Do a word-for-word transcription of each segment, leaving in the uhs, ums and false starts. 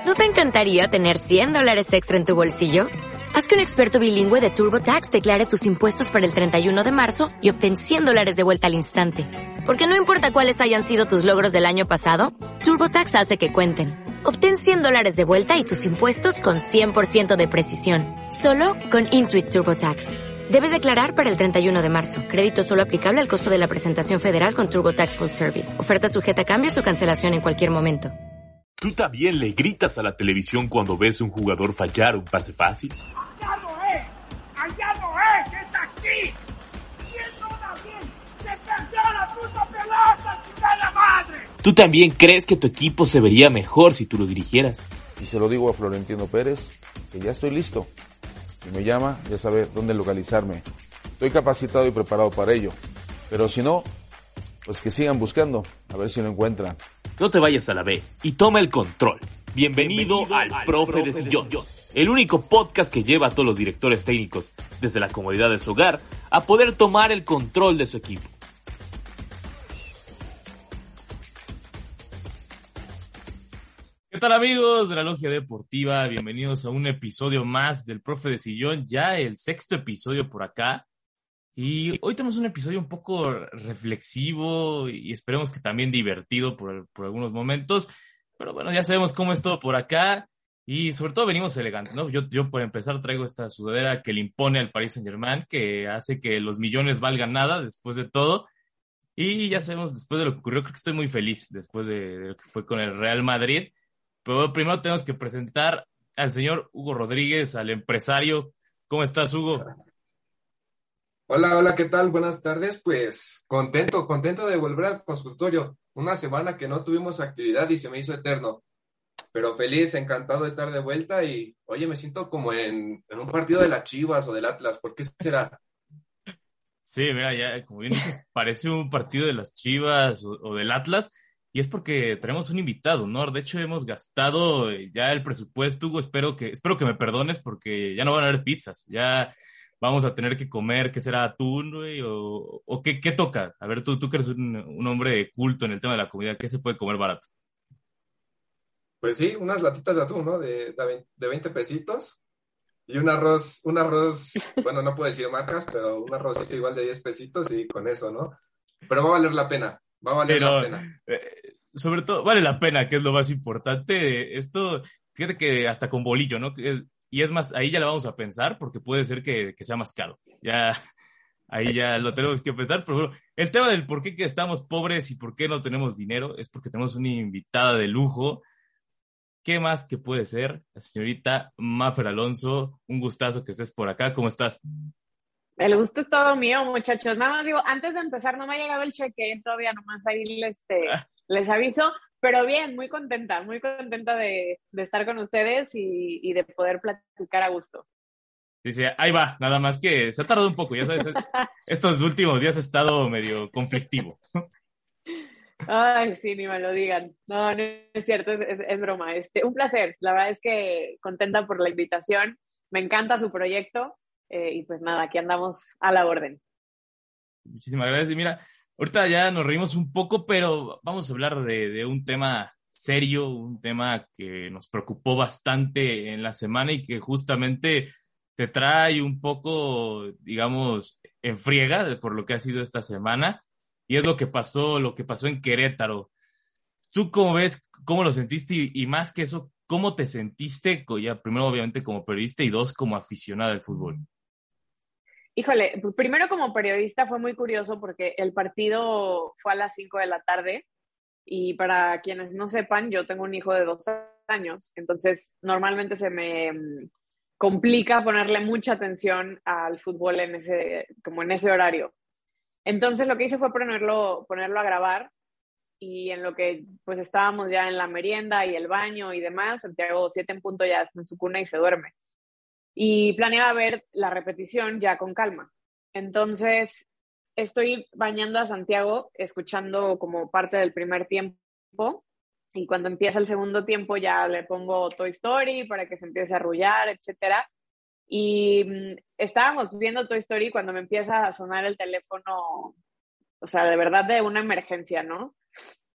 ¿No te encantaría tener cien dólares extra en tu bolsillo? Haz que un experto bilingüe de TurboTax declare tus impuestos para el treinta y uno de marzo y obtén cien dólares de vuelta al instante. Porque no importa cuáles hayan sido tus logros del año pasado, TurboTax hace que cuenten. Obtén cien dólares de vuelta y tus impuestos con cien por ciento de precisión. Solo con Intuit TurboTax. Debes declarar para el treinta y uno de marzo. Crédito solo aplicable al costo de la presentación federal con TurboTax Full Service. Oferta sujeta a cambios o cancelación en cualquier momento. ¿Tú también le gritas a la televisión cuando ves un jugador fallar un pase fácil? ¡Allá no es! ¡Allá no es! ¡Es aquí! ¿Quién no da bien? ¡Se perdió la puta pelota, chica la madre! ¿Tú también crees que tu equipo se vería mejor si tú lo dirigieras? Y se lo digo a Florentino Pérez, que ya estoy listo. Si me llama, ya sabe dónde localizarme. Estoy capacitado y preparado para ello. Pero si no, pues que sigan buscando, a ver si lo encuentran. No te vayas a la B y toma el control. Bienvenido, Bienvenido al, al Profe, Profe de Sillón, de el único podcast que lleva a todos los directores técnicos, desde la comodidad de su hogar, a poder tomar el control de su equipo. ¿Qué tal, amigos de la Logia Deportiva? Bienvenidos a un episodio más del Profe de Sillón, ya el sexto episodio por acá. Y hoy tenemos un episodio un poco reflexivo y esperemos que también divertido por, por algunos momentos. Pero bueno, ya sabemos cómo es todo por acá y sobre todo venimos elegantes, ¿no? Yo, yo por empezar traigo esta sudadera que le impone al Paris Saint-Germain, que hace que los millones valgan nada después de todo. Y ya sabemos, después de lo que ocurrió, creo que estoy muy feliz después de, de lo que fue con el Real Madrid. Pero primero tenemos que presentar al señor Hugo Rodríguez, al empresario. ¿Cómo estás, Hugo? Hola, hola, ¿qué tal? Buenas tardes. Pues contento, contento de volver al consultorio. Una semana que no tuvimos actividad y se me hizo eterno. Pero feliz, encantado de estar de vuelta y, oye, me siento como en, en un partido de las Chivas o del Atlas. ¿Por qué será? Sí, mira, ya como bien dices, parece un partido de las Chivas o, o del Atlas y es porque tenemos un invitado, ¿no? De hecho, hemos gastado ya el presupuesto, Hugo. Espero que, espero que me perdones porque ya no van a haber pizzas. Ya vamos a tener que comer, ¿qué será? ¿Atún, güey? ¿O, o qué, qué toca? A ver, tú, tú que eres un, un hombre culto en el tema de la comida, ¿qué se puede comer barato? Pues sí, unas latitas de atún, ¿no? De, de veinte pesitos y un arroz, un arroz, bueno, no puedo decir marcas, pero un arroz igual de diez pesitos y con eso, ¿no? Pero va a valer la pena, va a valer pero, la pena. Eh, sobre todo, vale la pena, que es lo más importante. Esto, fíjate que hasta con bolillo, ¿no? Es, y es más, ahí ya la vamos a pensar porque puede ser que, que sea más caro. Ya, ahí ya lo tenemos que pensar. Pero bueno, el tema del por qué que estamos pobres y por qué no tenemos dinero es porque tenemos una invitada de lujo. ¿Qué más que puede ser? La señorita Mafer Alonso. Un gustazo que estés por acá. ¿Cómo estás? El gusto es todo mío, muchachos. Nada más digo, antes de empezar, no me ha llegado el cheque, todavía nomás ahí este, les aviso. Pero bien, muy contenta, muy contenta de, de estar con ustedes y, y de poder platicar a gusto. Dice, ahí va, nada más que se ha tardado un poco, ya sabes, estos últimos días ha estado medio conflictivo. Ay, sí, ni me lo digan. No, no es cierto, es, es, es broma. Este, un placer, la verdad es que contenta por la invitación, me encanta su proyecto eh, y pues nada, aquí andamos a la orden. Muchísimas gracias. Y mira, ahorita ya nos reímos un poco, pero vamos a hablar de, de un tema serio, un tema que nos preocupó bastante en la semana y que justamente te trae un poco, digamos, en friega por lo que ha sido esta semana. Y es lo que pasó, lo que pasó en Querétaro. ¿Tú cómo ves, cómo lo sentiste? Y, y más que eso, ¿cómo te sentiste? Ya, primero, obviamente, como periodista y dos, como aficionada al fútbol. Híjole, primero como periodista fue muy curioso porque el partido fue a las cinco de la tarde y para quienes no sepan, yo tengo un hijo de dos años, entonces normalmente se me complica ponerle mucha atención al fútbol en ese, como en ese horario. Entonces lo que hice fue ponerlo, ponerlo a grabar y en lo que pues estábamos ya en la merienda y el baño y demás, Santiago siete en punto ya está en su cuna y se duerme. Y planeaba ver la repetición ya con calma. Entonces estoy bañando a Santiago, escuchando como parte del primer tiempo y cuando empieza el segundo tiempo ya le pongo Toy Story para que se empiece a arrullar, etcétera. Y mmm, estábamos viendo Toy Story cuando me empieza a sonar el teléfono, o sea, de verdad de una emergencia, ¿no?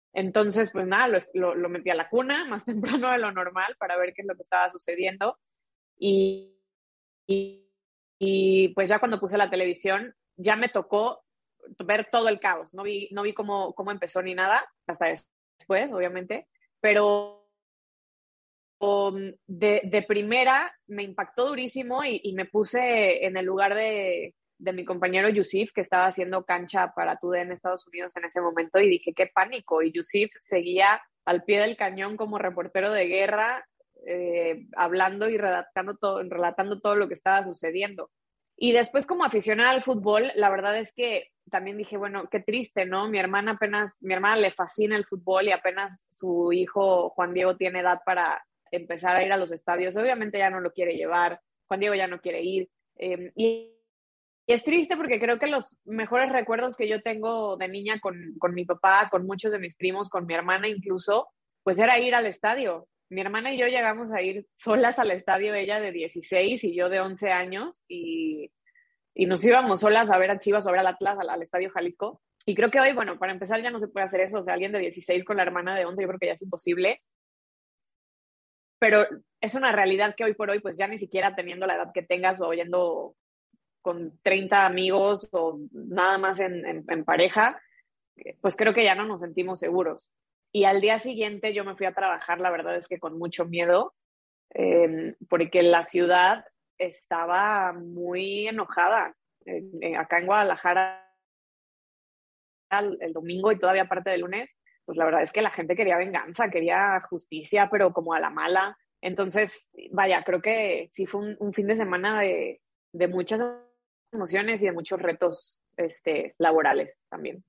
Entonces, pues nada, lo, lo, lo metí a la cuna más temprano de lo normal para ver qué es lo que estaba sucediendo. Y, y, y pues ya cuando puse la televisión, ya me tocó ver todo el caos. No vi, no vi cómo, cómo empezó ni nada, hasta después, obviamente, pero um, de, de primera me impactó durísimo y, y me puse en el lugar de, de mi compañero Yusif, que estaba haciendo cancha para T U D N en Estados Unidos en ese momento, y dije, qué pánico. Y Yusif seguía al pie del cañón como reportero de guerra, eh, hablando y relatando todo, relatando todo lo que estaba sucediendo. Y después, como aficionada al fútbol, la verdad es que también dije, bueno, qué triste, ¿no? Mi hermana apenas, mi hermana le fascina el fútbol y apenas su hijo Juan Diego tiene edad para empezar a ir a los estadios. Obviamente ya no lo quiere llevar, Juan Diego ya no quiere ir. Eh, y, y es triste porque creo que los mejores recuerdos que yo tengo de niña con, con mi papá, con muchos de mis primos, con mi hermana incluso, pues era ir al estadio. Mi hermana y yo llegamos a ir solas al estadio, ella de dieciséis y yo de once años, y, y nos íbamos solas a ver a Chivas o a ver al Atlas, al, al Estadio Jalisco. Y creo que hoy, bueno, para empezar ya no se puede hacer eso. O sea, alguien de dieciséis con la hermana de once, yo creo que ya es imposible. Pero es una realidad que hoy por hoy, pues ya ni siquiera teniendo la edad que tengas o yendo con treinta amigos o nada más en, en, en pareja, pues creo que ya no nos sentimos seguros. Y al día siguiente yo me fui a trabajar, la verdad es que con mucho miedo, eh, porque la ciudad estaba muy enojada. Eh, eh, acá en Guadalajara, el, el domingo y todavía parte del lunes, pues la verdad es que la gente quería venganza, quería justicia, pero como a la mala. Entonces, vaya, creo que sí fue un, un fin de semana de, de muchas emociones y de muchos retos este, laborales también.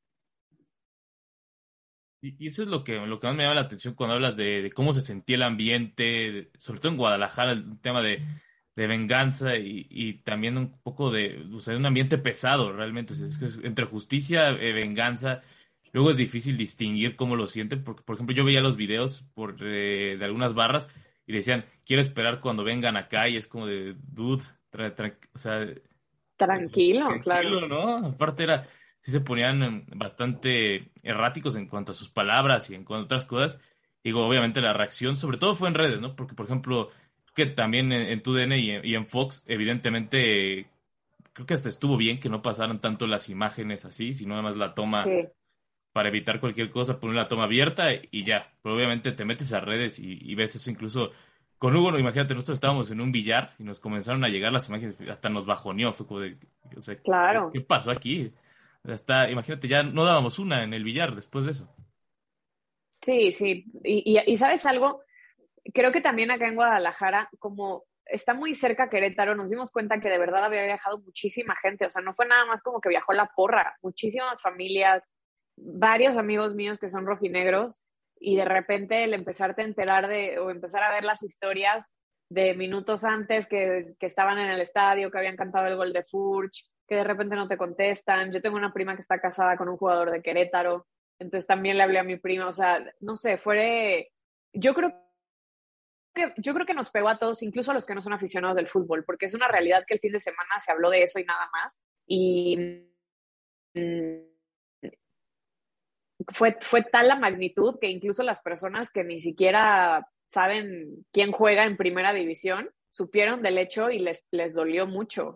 Y eso es lo que, lo que más me llama la atención cuando hablas de, de cómo se sentía el ambiente, de- sobre todo en Guadalajara, el tema de, de venganza y, y también un poco de, o sea, un ambiente pesado realmente. O sea, es que es entre justicia, eh, venganza, luego es difícil distinguir cómo lo sienten, porque por ejemplo yo veía los videos por, eh, de algunas barras y decían, quiero esperar cuando vengan acá, y es como de, dude, tra- tra- o sea, Tranquilo, claro. tranquilo, ¿no? Aparte era, sí se ponían em, bastante erráticos en cuanto a sus palabras y en cuanto a otras cosas. Digo, obviamente la reacción, sobre todo fue en redes, ¿no? Porque, por ejemplo, creo que también en, en T U D N y en, y en Fox, evidentemente, eh, creo que hasta estuvo bien que no pasaran tanto las imágenes así, sino nada más la toma Sí. para evitar cualquier cosa, poner la toma abierta y ya. Pero obviamente te metes a redes y, y ves eso incluso. Con Hugo, no, imagínate, nosotros estábamos en un billar y nos comenzaron a llegar las imágenes, hasta nos bajoneó, fue como de, o sea, ¿qué, Claro. qué pasó aquí? Hasta, imagínate, ya no dábamos una en el billar después de eso. Sí, sí. Y, y, y ¿sabes algo? Creo que también acá en Guadalajara, como está muy cerca Querétaro, nos dimos cuenta que de verdad había viajado muchísima gente. O sea, no fue nada más como que viajó la porra, muchísimas familias, varios amigos míos que son rojinegros, y de repente el empezarte a enterar de, o empezar a ver las historias de minutos antes que, que estaban en el estadio, que habían cantado el gol de Furch, que de repente no te contestan. Yo tengo una prima que está casada con un jugador de Querétaro, entonces también le hablé a mi prima. O sea, no sé, fue... Yo creo que, yo creo que nos pegó a todos, incluso a los que no son aficionados del fútbol, porque es una realidad que el fin de semana se habló de eso y nada más. Y mm, fue, fue tal la magnitud que incluso las personas que ni siquiera saben quién juega en primera división supieron del hecho y les, les dolió mucho.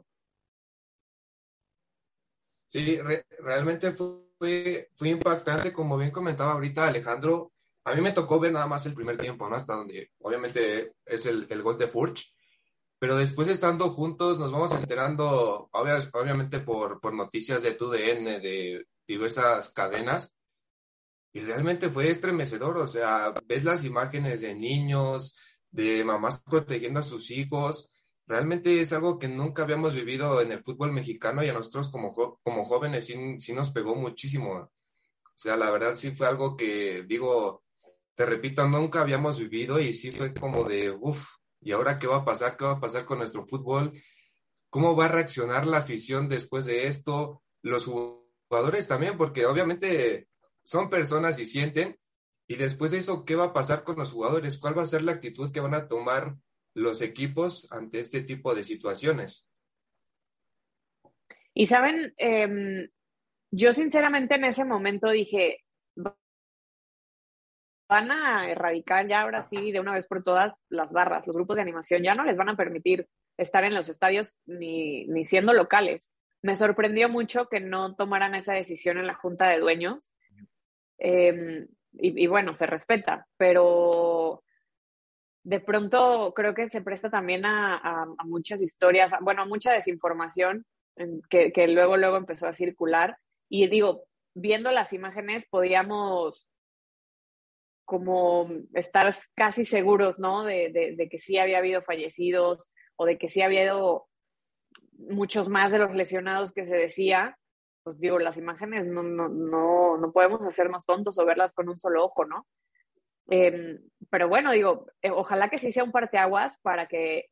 Sí, re- realmente fue, fue impactante, como bien comentaba ahorita Alejandro. A mí me tocó ver nada más el primer tiempo, ¿no? Hasta donde obviamente es el, el gol de Furch, pero después estando juntos nos vamos enterando, obvia- obviamente por, por noticias de T U D N, de diversas cadenas, y realmente fue estremecedor. O sea, ves las imágenes de niños, de mamás protegiendo a sus hijos. Realmente es algo que nunca habíamos vivido en el fútbol mexicano, y a nosotros como, jo- como jóvenes sí, sí nos pegó muchísimo. O sea, la verdad sí fue algo que, digo, te repito, nunca habíamos vivido, y sí fue como de, uff, ¿y ahora qué va a pasar? ¿Qué va a pasar con nuestro fútbol? ¿Cómo va a reaccionar la afición después de esto? Los jugadores también, porque obviamente son personas y sienten. Y después de eso, ¿qué va a pasar con los jugadores? ¿Cuál va a ser la actitud que van a tomar los equipos ante este tipo de situaciones? Y saben, eh, yo sinceramente en ese momento dije, van a erradicar ya ahora sí, de una vez por todas, las barras, los grupos de animación. Ya no les van a permitir estar en los estadios ni, ni siendo locales. Me sorprendió mucho que no tomaran esa decisión en la Junta de Dueños. Eh, y, y bueno, se respeta, pero de pronto creo que se presta también a, a, a muchas historias, bueno, a mucha desinformación en, que, que luego, luego empezó a circular. Y digo, viendo las imágenes podíamos como estar casi seguros, ¿no? De, de, de que sí había habido fallecidos o de que sí había habido muchos más de los lesionados que se decía. Pues digo, las imágenes no, no, no, no podemos hacernos tontos o verlas con un solo ojo, ¿no? Eh, pero bueno, digo, eh, ojalá que sí sea un parteaguas para que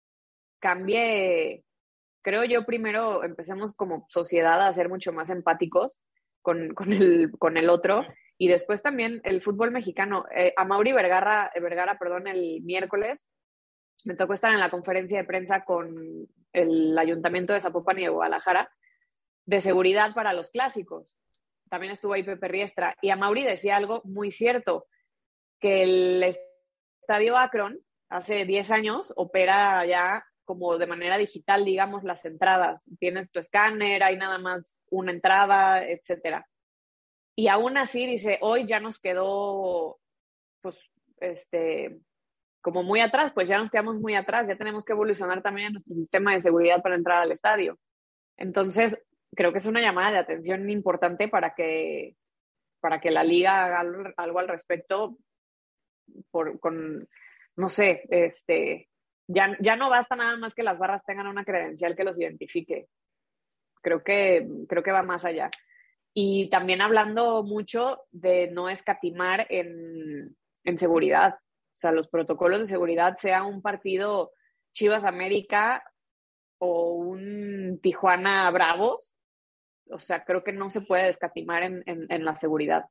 cambie. Creo yo primero empecemos como sociedad a ser mucho más empáticos con, con, el, con el otro, y después también el fútbol mexicano. Eh, a Mauri Vergara, Vergara, perdón, el miércoles me tocó estar en la conferencia de prensa con el Ayuntamiento de Zapopan y de Guadalajara de seguridad para los clásicos. También estuvo ahí Pepe Riestra, y a Mauri decía algo muy cierto, que el Estadio Akron hace diez años opera ya como de manera digital, digamos, las entradas. Tienes tu escáner, hay nada más una entrada, etcétera. Y aún así, dice, hoy ya nos quedó, pues, este, como muy atrás, pues ya nos quedamos muy atrás, ya tenemos que evolucionar también nuestro sistema de seguridad para entrar al estadio. Entonces, creo que es una llamada de atención importante para que, para que la liga haga algo, algo al respecto, por, con, no sé, este... Ya, ya no basta nada más que las barras tengan una credencial que los identifique. Creo que, creo que va más allá. Y también hablando mucho de no escatimar en, en seguridad. O sea, los protocolos de seguridad, sea un partido Chivas América o un Tijuana Bravos, o sea, creo que no se puede escatimar en, en, en la seguridad.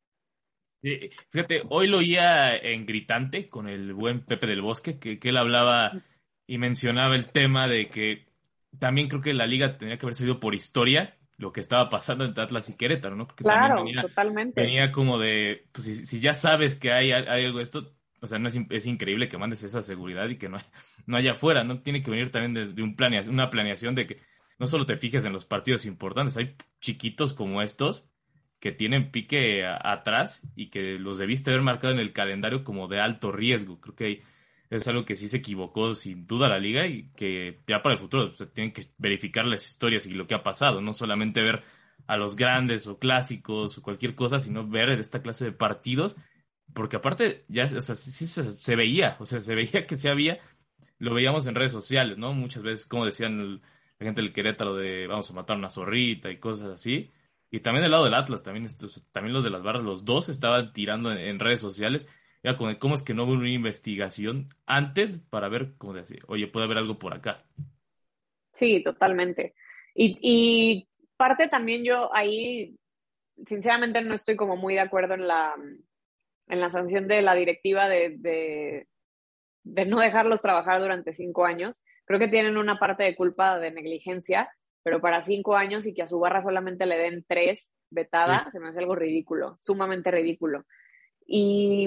Sí, fíjate, hoy lo oía en Gritante con el buen Pepe del Bosque, que, que él hablaba y mencionaba el tema de que también creo que la liga tenía que haber sido por historia lo que estaba pasando entre Atlas y Querétaro, ¿no? Porque también Claro, venía, totalmente. venía como de, pues si, si ya sabes que hay, hay algo de esto, o sea, no es, es increíble que mandes esa seguridad y que no, no haya afuera, ¿no? Tiene que venir también desde un planea, una planeación de que no solo te fijes en los partidos importantes, hay chiquitos como estos que tienen pique a, atrás y que los debiste haber marcado en el calendario como de alto riesgo. Creo que es algo que sí se equivocó sin duda la liga y que ya para el futuro, o sea, tienen que verificar las historias y lo que ha pasado, no solamente ver a los grandes o clásicos o cualquier cosa, sino ver esta clase de partidos, porque aparte ya, o sea, sí, sí se, se veía, o sea, se veía que sí había, lo veíamos en redes sociales, ¿no? Muchas veces, como decían el, la gente del Querétaro, de vamos a matar una zorrita y cosas así. Y también del lado del Atlas, también, estos, también los de las barras, los dos estaban tirando en, en redes sociales. Era como, de, ¿cómo es que no hubo una investigación antes para ver, como decir, oye, puede haber algo por acá? Sí, totalmente. Y, y parte también yo ahí, sinceramente no estoy como muy de acuerdo en la, en la sanción de la directiva de, de, de no dejarlos trabajar durante cinco años. Creo que tienen una parte de culpa de negligencia, pero para cinco años y que a su barra solamente le den tres vetada, sí, se me hace algo ridículo, sumamente ridículo. Y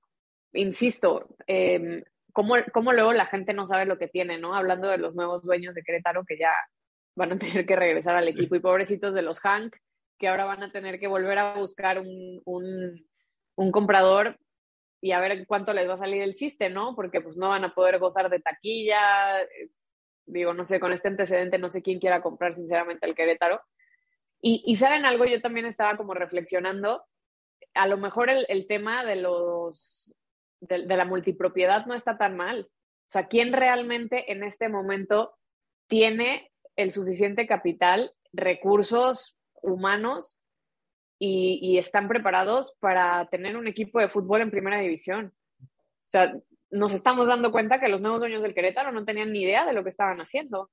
insisto, eh, ¿cómo, cómo luego la gente no sabe lo que tiene, ¿no? Hablando de los nuevos dueños de Querétaro que ya van a tener que regresar al equipo, y pobrecitos de los Hank, que ahora van a tener que volver a buscar un, un, un comprador y a ver cuánto les va a salir el chiste, ¿no? Porque pues no van a poder gozar de taquilla. Digo, no sé, con este antecedente no sé quién quiera comprar sinceramente el Querétaro. Y, y ¿saben algo? Yo también estaba como reflexionando, a lo mejor el, el tema de los de, de la multipropiedad no está tan mal. O sea, ¿quién realmente en este momento tiene el suficiente capital, recursos humanos y, y están preparados para tener un equipo de fútbol en primera división? O sea, nos estamos dando cuenta que los nuevos dueños del Querétaro no tenían ni idea de lo que estaban haciendo.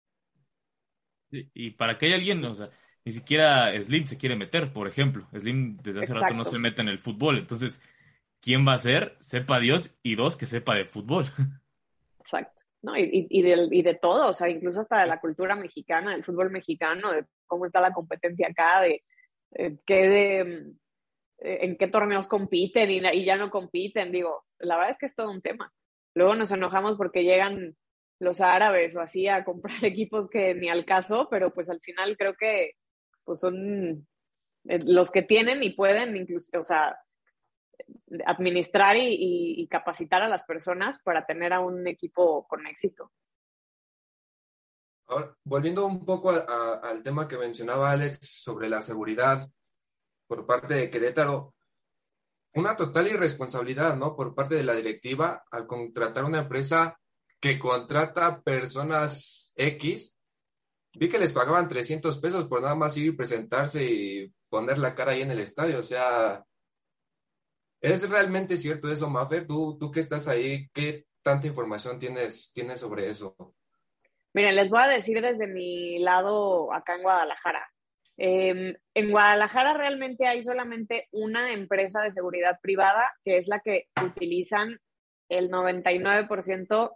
Y, y para que haya alguien, o sea, ni siquiera Slim se quiere meter, por ejemplo. Slim desde hace Exacto. rato no se mete en el fútbol, entonces, ¿quién va a ser? Sepa Dios, y dos, que sepa de fútbol. Exacto. ¿No? Y, y, y, de, y de todo, o sea, incluso hasta de la cultura mexicana, del fútbol mexicano, de cómo está la competencia acá, de, de qué de eh, en qué torneos compiten y, y ya no compiten. Digo, la verdad es que es todo un tema. Luego nos enojamos porque llegan los árabes o así a comprar equipos que ni al caso, pero pues al final creo que pues son eh, los que tienen y pueden incluso, o sea, administrar y, y, y capacitar a las personas para tener a un equipo con éxito. Ahora, volviendo un poco a- a- al tema que mencionaba Alex sobre la seguridad por parte de Querétaro, una total irresponsabilidad, ¿no? Por parte de la directiva al contratar una empresa que contrata personas X. Vi que les pagaban trescientos pesos por nada más ir y presentarse y poner la cara ahí en el estadio. O sea, ¿es realmente cierto eso, Mafer? ¿Tú, tú que estás ahí, qué tanta información tienes, tienes sobre eso? Miren, les voy a decir desde mi lado acá en Guadalajara. Eh, en Guadalajara realmente hay solamente una empresa de seguridad privada que es la que utilizan el noventa y nueve por ciento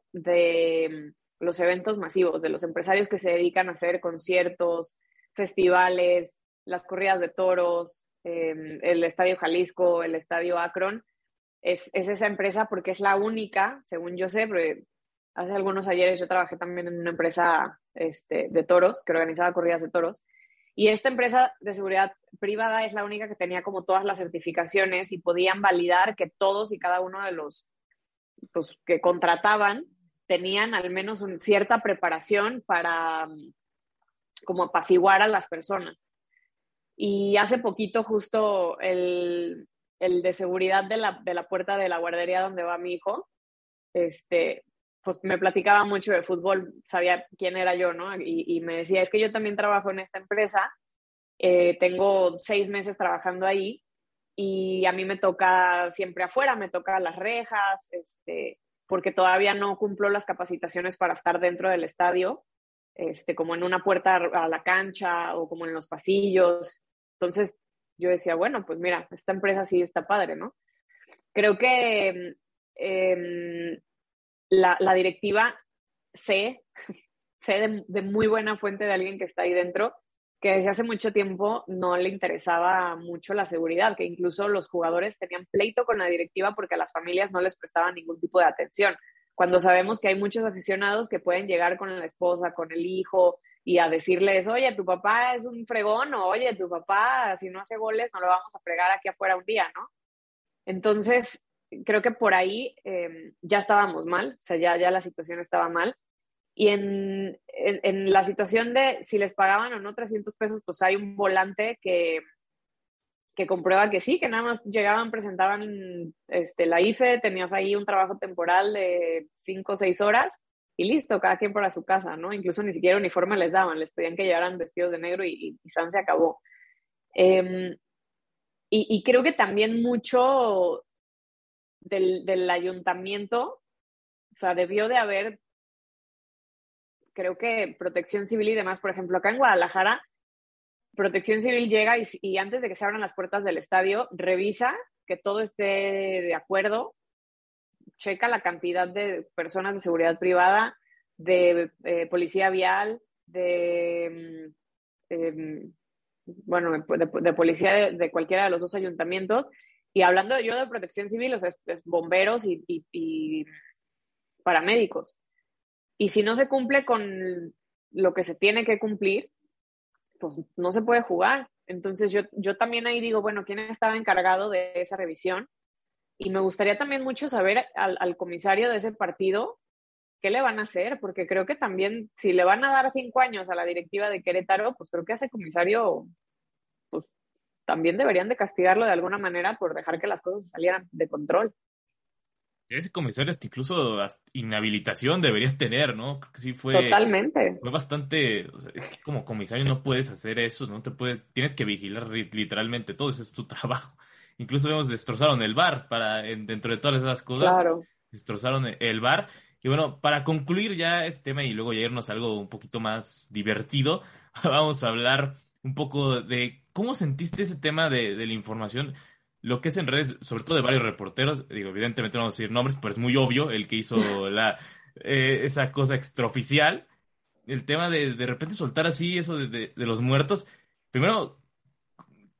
de los eventos masivos, de los empresarios que se dedican a hacer conciertos, festivales, las corridas de toros, eh, el Estadio Jalisco, el Estadio Akron. Es, es esa empresa porque es la única, según yo sé, porque hace algunos ayeres yo trabajé también en una empresa este, de toros, que organizaba corridas de toros, y esta empresa de seguridad privada es la única que tenía como todas las certificaciones y podían validar que todos y cada uno de los pues, que contrataban tenían al menos una cierta preparación para como apaciguar a las personas. Y hace poquito justo el, el de seguridad de la, de la puerta de la guardería donde va mi hijo, este, pues me platicaba mucho de fútbol, sabía quién era yo, ¿no? Y, y me decía, es que yo también trabajo en esta empresa, eh, tengo seis meses trabajando ahí y a mí me toca siempre afuera, me toca las rejas, este, porque todavía no cumplo las capacitaciones para estar dentro del estadio, este, como en una puerta a la cancha o como en los pasillos. Entonces yo decía, bueno, pues mira, esta empresa sí está padre, ¿no? Creo que eh, la, la directiva sé, sé de, de muy buena fuente de alguien que está ahí dentro, que desde hace mucho tiempo no le interesaba mucho la seguridad, que incluso los jugadores tenían pleito con la directiva porque a las familias no les prestaban ningún tipo de atención. Cuando sabemos que hay muchos aficionados que pueden llegar con la esposa, con el hijo, y a decirles, oye, tu papá es un fregón, o oye, tu papá, si no hace goles, no lo vamos a fregar aquí afuera un día, ¿no? Entonces, creo que por ahí eh, ya estábamos mal, o sea, ya, ya la situación estaba mal. Y en, en, en la situación de si les pagaban o no trescientos pesos, pues hay un volante que, que comprueba que sí, que nada más llegaban, presentaban este, la I F E, tenías ahí un trabajo temporal de cinco o seis horas y listo, cada quien para su casa, ¿no? Incluso ni siquiera uniforme les daban, les pedían que llevaran vestidos de negro y, y, y San se acabó. Eh, y, y creo que también mucho del, del ayuntamiento, o sea, debió de haber, creo que Protección Civil y demás, por ejemplo, acá en Guadalajara, Protección Civil llega y, y antes de que se abran las puertas del estadio, revisa que todo esté de acuerdo, checa la cantidad de personas de seguridad privada, de eh, policía vial, de, eh, bueno, de, de policía de, de cualquiera de los dos ayuntamientos. Y hablando yo de Protección Civil, o sea, es, es bomberos y, y, y paramédicos. Y si no se cumple con lo que se tiene que cumplir, pues no se puede jugar. Entonces yo, yo también ahí digo, bueno, ¿quién estaba encargado de esa revisión? Y me gustaría también mucho saber al, al comisario de ese partido qué le van a hacer, porque creo que también si le van a dar cinco años a la directiva de Querétaro, pues creo que a ese comisario pues también deberían de castigarlo de alguna manera por dejar que las cosas salieran de control. Ese comisario hasta incluso hasta inhabilitación deberías tener, ¿no? Creo que sí fue, Totalmente. fue bastante, es que como comisario no puedes hacer eso, no te puedes, tienes que vigilar literalmente todo, ese es tu trabajo. Incluso vemos destrozaron el bar para en- dentro de todas esas cosas, Claro. destrozaron el el bar. Y bueno, para concluir ya este tema y luego ya irnos a algo un poquito más divertido, vamos a hablar un poco de cómo sentiste ese tema de, de la información, lo que es en redes, sobre todo de varios reporteros. Digo, evidentemente no vamos a decir nombres, pero es muy obvio el que hizo la eh, esa cosa extraoficial. El tema de de repente soltar así eso de, de, de los muertos. Primero,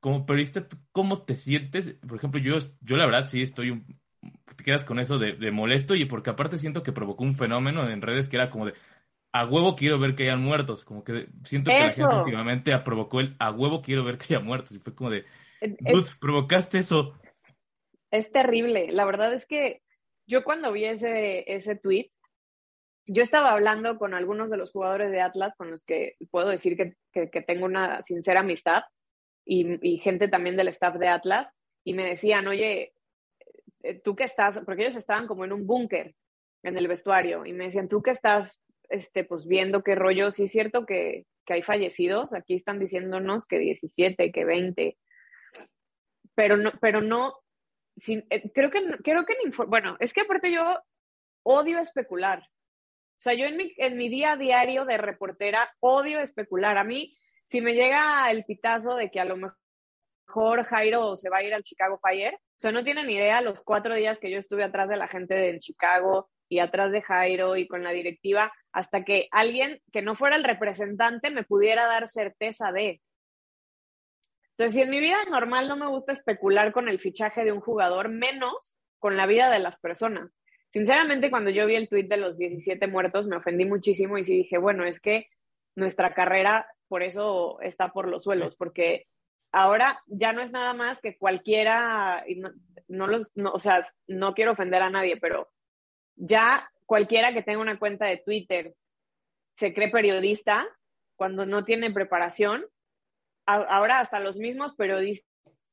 como periodista, ¿tú cómo te sientes? Por ejemplo, yo, yo la verdad sí estoy un, te quedas con eso de, de molesto y porque aparte siento que provocó un fenómeno en redes que era como de a huevo quiero ver que hayan muertos, como que siento que la gente Eso, últimamente provocó el a huevo quiero ver que haya muertos y fue como de, dude, es, provocaste eso. es terrible. La verdad es que yo cuando vi ese, ese tweet, yo estaba hablando con algunos de los jugadores de Atlas con los que puedo decir que, que, que tengo una sincera amistad y, y gente también del staff de Atlas y me decían, oye, eh, tú que estás, porque ellos estaban como en un búnker en el vestuario y me decían, tú que estás este, pues viendo qué rollo, sí es cierto que, que hay fallecidos, aquí están diciéndonos que diecisiete, que veinte, pero no, pero no, sin, eh, creo que, creo que, bueno, es que aparte yo odio especular. O sea, yo en mi, en mi día a diario de reportera odio especular. A mí, si me llega el pitazo de que a lo mejor Jairo se va a ir al Chicago Fire, o sea, no tienen idea los cuatro días que yo estuve atrás de la gente de Chicago y atrás de Jairo y con la directiva, hasta que alguien que no fuera el representante me pudiera dar certeza de. Entonces, si en mi vida normal no me gusta especular con el fichaje de un jugador, menos con la vida de las personas. Sinceramente, cuando yo vi el tuit de los diecisiete muertos, me ofendí muchísimo y sí dije, bueno, es que nuestra carrera por eso está por los suelos, porque ahora ya no es nada más que cualquiera, y no, no los, no, o sea, no quiero ofender a nadie, pero ya cualquiera que tenga una cuenta de Twitter se cree periodista cuando no tiene preparación. Ahora hasta los mismos periodistas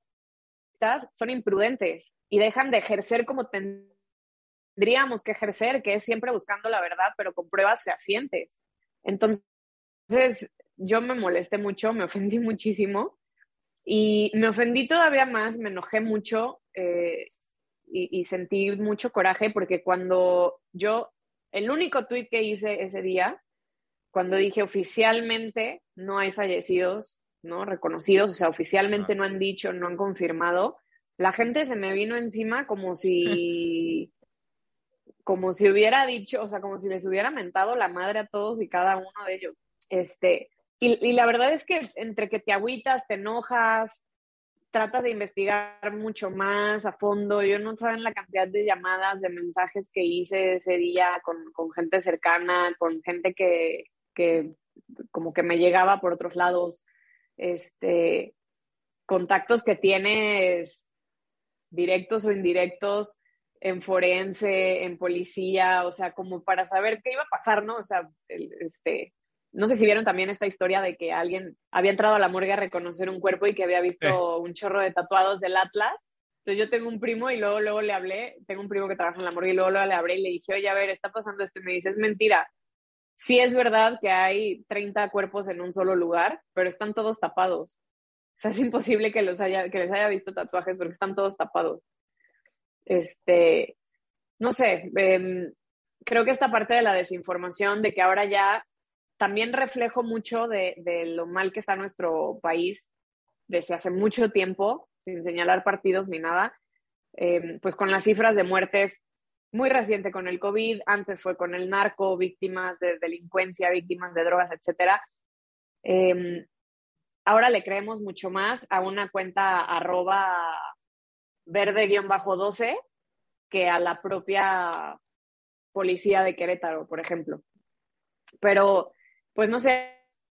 son imprudentes y dejan de ejercer como tendríamos que ejercer, que es siempre buscando la verdad, pero con pruebas fehacientes. Entonces, yo me molesté mucho, me ofendí muchísimo y me ofendí todavía más, me enojé mucho eh, y, y sentí mucho coraje porque cuando yo, el único tuit que hice ese día, cuando dije oficialmente no hay fallecidos, ¿no? Reconocidos, o sea, oficialmente no han dicho, no han confirmado, la gente se me vino encima como si, como si hubiera dicho, o sea, como si les hubiera mentado la madre a todos y cada uno de ellos. Este, y, y la verdad es que entre que te agüitas, te enojas, tratas de investigar mucho más a fondo, yo no saben la cantidad de llamadas, de mensajes que hice ese día con, con gente cercana, con gente que, que como que me llegaba por otros lados, este, contactos que tienes directos o indirectos en forense, en policía, o sea, como para saber qué iba a pasar, ¿no? O sea, el, este, no sé si vieron también esta historia de que alguien había entrado a la morgue a reconocer un cuerpo y que había visto sí. un chorro de tatuados del Atlas. Entonces yo tengo un primo y luego, luego le hablé, tengo un primo que trabaja en la morgue y luego, luego le hablé y le dije, oye, a ver, está pasando esto. Y me dice, es mentira. Sí es verdad que hay treinta cuerpos en un solo lugar, pero están todos tapados. O sea, es imposible que, los haya, que les haya visto tatuajes porque están todos tapados. Este, no sé, eh, creo que esta parte de la desinformación, de que ahora ya también reflejo mucho de, de lo mal que está nuestro país desde hace mucho tiempo, sin señalar partidos ni nada, eh, pues con las cifras de muertes muy reciente con el COVID, antes fue con el narco, víctimas de delincuencia, víctimas de drogas, etcétera. Eh, ahora le creemos mucho más a una cuenta arroba verde-doce que a la propia policía de Querétaro, por ejemplo. Pero, pues no sé,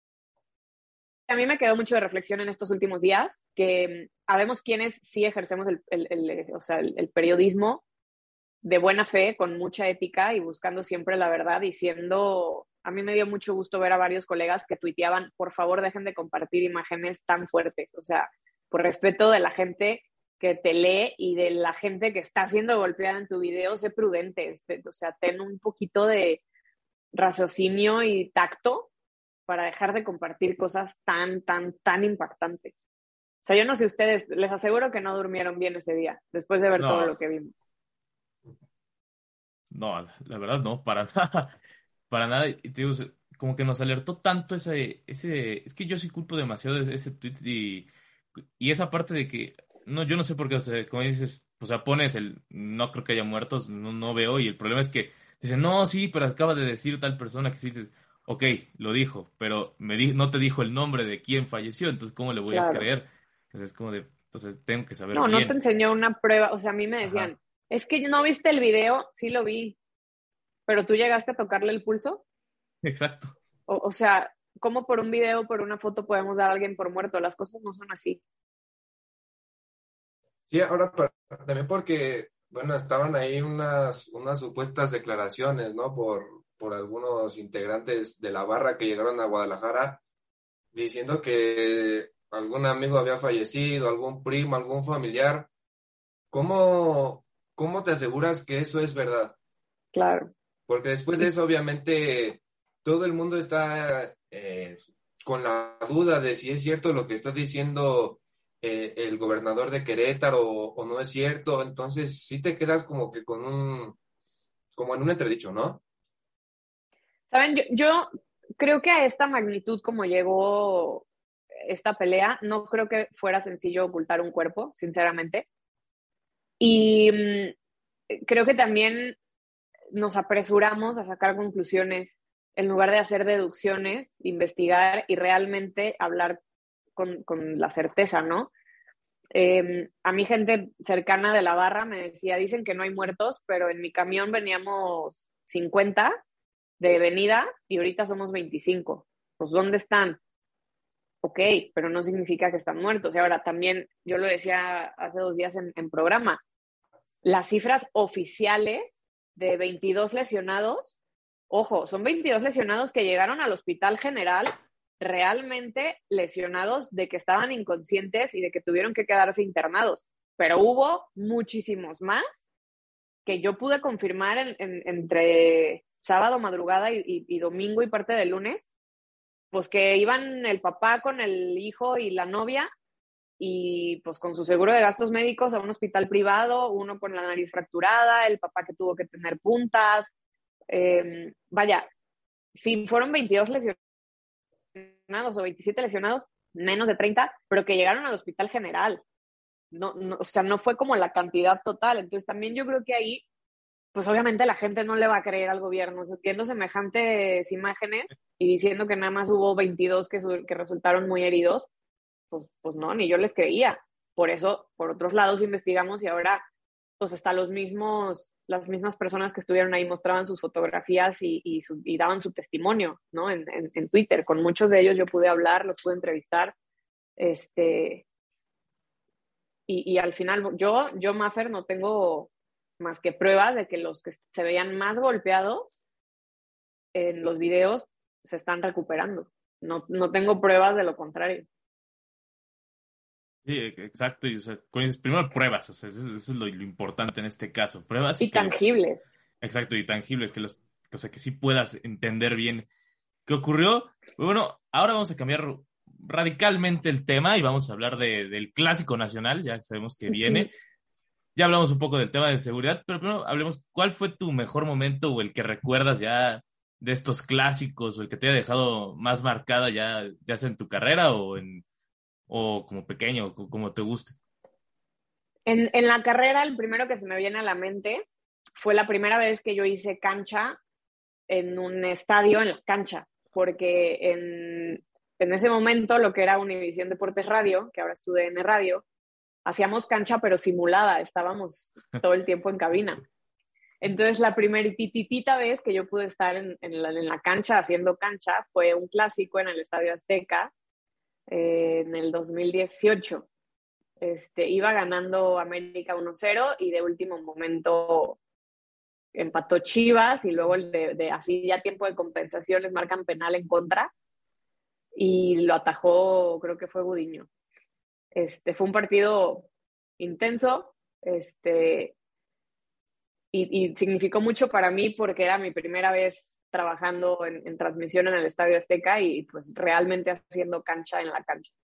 a mí me quedó mucho de reflexión en estos últimos días, que habemos quienes sí ejercemos el, el, el, o sea, el, el periodismo de buena fe, con mucha ética y buscando siempre la verdad y siendo, a mí me dio mucho gusto ver a varios colegas que tuiteaban, por favor dejen de compartir imágenes tan fuertes, o sea, por respeto de la gente que te lee y de la gente que está siendo golpeada en tu video, sé prudente, este, o sea, ten un poquito de raciocinio y tacto para dejar de compartir cosas tan, tan, tan impactantes. O sea, yo no sé ustedes, les aseguro que no durmieron bien ese día, después de ver no. todo lo que vimos. No, la verdad no, para nada, para nada, y te digo, como que nos alertó tanto ese, ese, es que yo sí culpo demasiado ese, ese tweet y, y esa parte de que, no, yo no sé por qué, o sea, como dices, o sea, pones el, no creo que haya muertos, no, no veo, y el problema es que dicen, no, sí, pero acaba de decir tal persona que sí dices, ok, lo dijo, pero me di, no te dijo el nombre de quién falleció, entonces ¿cómo le voy claro. a creer? Entonces es como de, pues tengo que saber No, no bien. te enseñó una prueba. O sea, a mí me decían, Ajá. es que no viste el video, sí lo vi, pero tú llegaste a tocarle el pulso. Exacto. O, o sea, ¿cómo por un video, por una foto podemos dar a alguien por muerto? Las cosas no son así. Sí, ahora pa- también porque, bueno, estaban ahí unas, unas supuestas declaraciones, ¿no? Por, por algunos integrantes de la barra que llegaron a Guadalajara diciendo que algún amigo había fallecido, algún primo, algún familiar. ¿Cómo, cómo te aseguras que eso es verdad? Claro. Porque después de eso, obviamente, todo el mundo está eh, con la duda de si es cierto lo que está diciendo eh, el gobernador de Querétaro o, o no es cierto. Entonces, sí te quedas como que con un, como en un entredicho, ¿no? Saben, yo, yo creo que a esta magnitud como llegó esta pelea, no creo que fuera sencillo ocultar un cuerpo, sinceramente. Y mm, creo que también nos apresuramos a sacar conclusiones en lugar de hacer deducciones, investigar y realmente hablar con, con la certeza, ¿no? Eh, a mi gente cercana de la barra me decía, dicen que no hay muertos, pero en mi camión veníamos cincuenta de venida y ahorita somos veinticinco. Pues ¿dónde están? Ok, pero no significa que están muertos. Y ahora también, yo lo decía hace dos días en, en programa, las cifras oficiales de veintidós lesionados, ojo, son veintidós lesionados que llegaron al hospital general realmente lesionados de que estaban inconscientes y de que tuvieron que quedarse internados. Pero hubo muchísimos más que yo pude confirmar en, en, entre sábado, madrugada y, y, y domingo y parte del lunes, pues que iban el papá con el hijo y la novia y pues con su seguro de gastos médicos a un hospital privado, uno con la nariz fracturada, el papá que tuvo que tener puntas. Eh, vaya, si fueron veintidós lesionados o veintisiete lesionados, menos de treinta, pero que llegaron al hospital general. No, no, o sea, no fue como la cantidad total. Entonces también yo creo que ahí, pues obviamente la gente no le va a creer al gobierno. O sea, viendo semejantes imágenes y diciendo que nada más hubo veintidós que, su, que resultaron muy heridos, pues, pues no, ni yo les creía. Por eso, por otros lados, investigamos y ahora, pues hasta los mismos, las mismas personas que estuvieron ahí mostraban sus fotografías y, y, su, y daban su testimonio, ¿no? En, en, en Twitter. Con muchos de ellos yo pude hablar, los pude entrevistar. Este, y, y al final, yo, yo, Maffer, no tengo más que pruebas de que los que se veían más golpeados en los videos se están recuperando. No, no tengo pruebas de lo contrario. Sí, exacto. Y, o sea, primero pruebas, o sea, eso, eso es lo, lo importante en este caso. Pruebas y, y que tangibles. Lo, exacto, y tangibles, que los, o sea, que sí puedas entender bien qué ocurrió. Bueno, ahora vamos a cambiar radicalmente el tema y vamos a hablar de, del clásico nacional, ya sabemos que viene. Ya hablamos un poco del tema de seguridad, pero primero hablemos, ¿cuál fue tu mejor momento o el que recuerdas ya de estos clásicos o el que te haya dejado más marcada ya, ya sea en tu carrera o en o como pequeño, o como te guste? En, en la carrera, el primero que se me viene a la mente fue la primera vez que yo hice cancha en un estadio, en la cancha, porque en, en ese momento lo que era Univisión Deportes Radio, que ahora es Tu D N Radio, hacíamos cancha pero simulada, estábamos todo el tiempo en cabina. Entonces la primerititita vez que yo pude estar en, en, la, en la cancha haciendo cancha fue un clásico en el Estadio Azteca eh, en el dos mil dieciocho. Este, iba ganando América uno cero y de último momento empató Chivas y luego de, de así ya tiempo de compensación les marcan penal en contra y lo atajó, creo que fue Gudiño. Este, fue un partido intenso, este, y, y significó mucho para mí porque era mi primera vez trabajando en, en transmisión en el Estadio Azteca y pues realmente haciendo cancha en la cancha.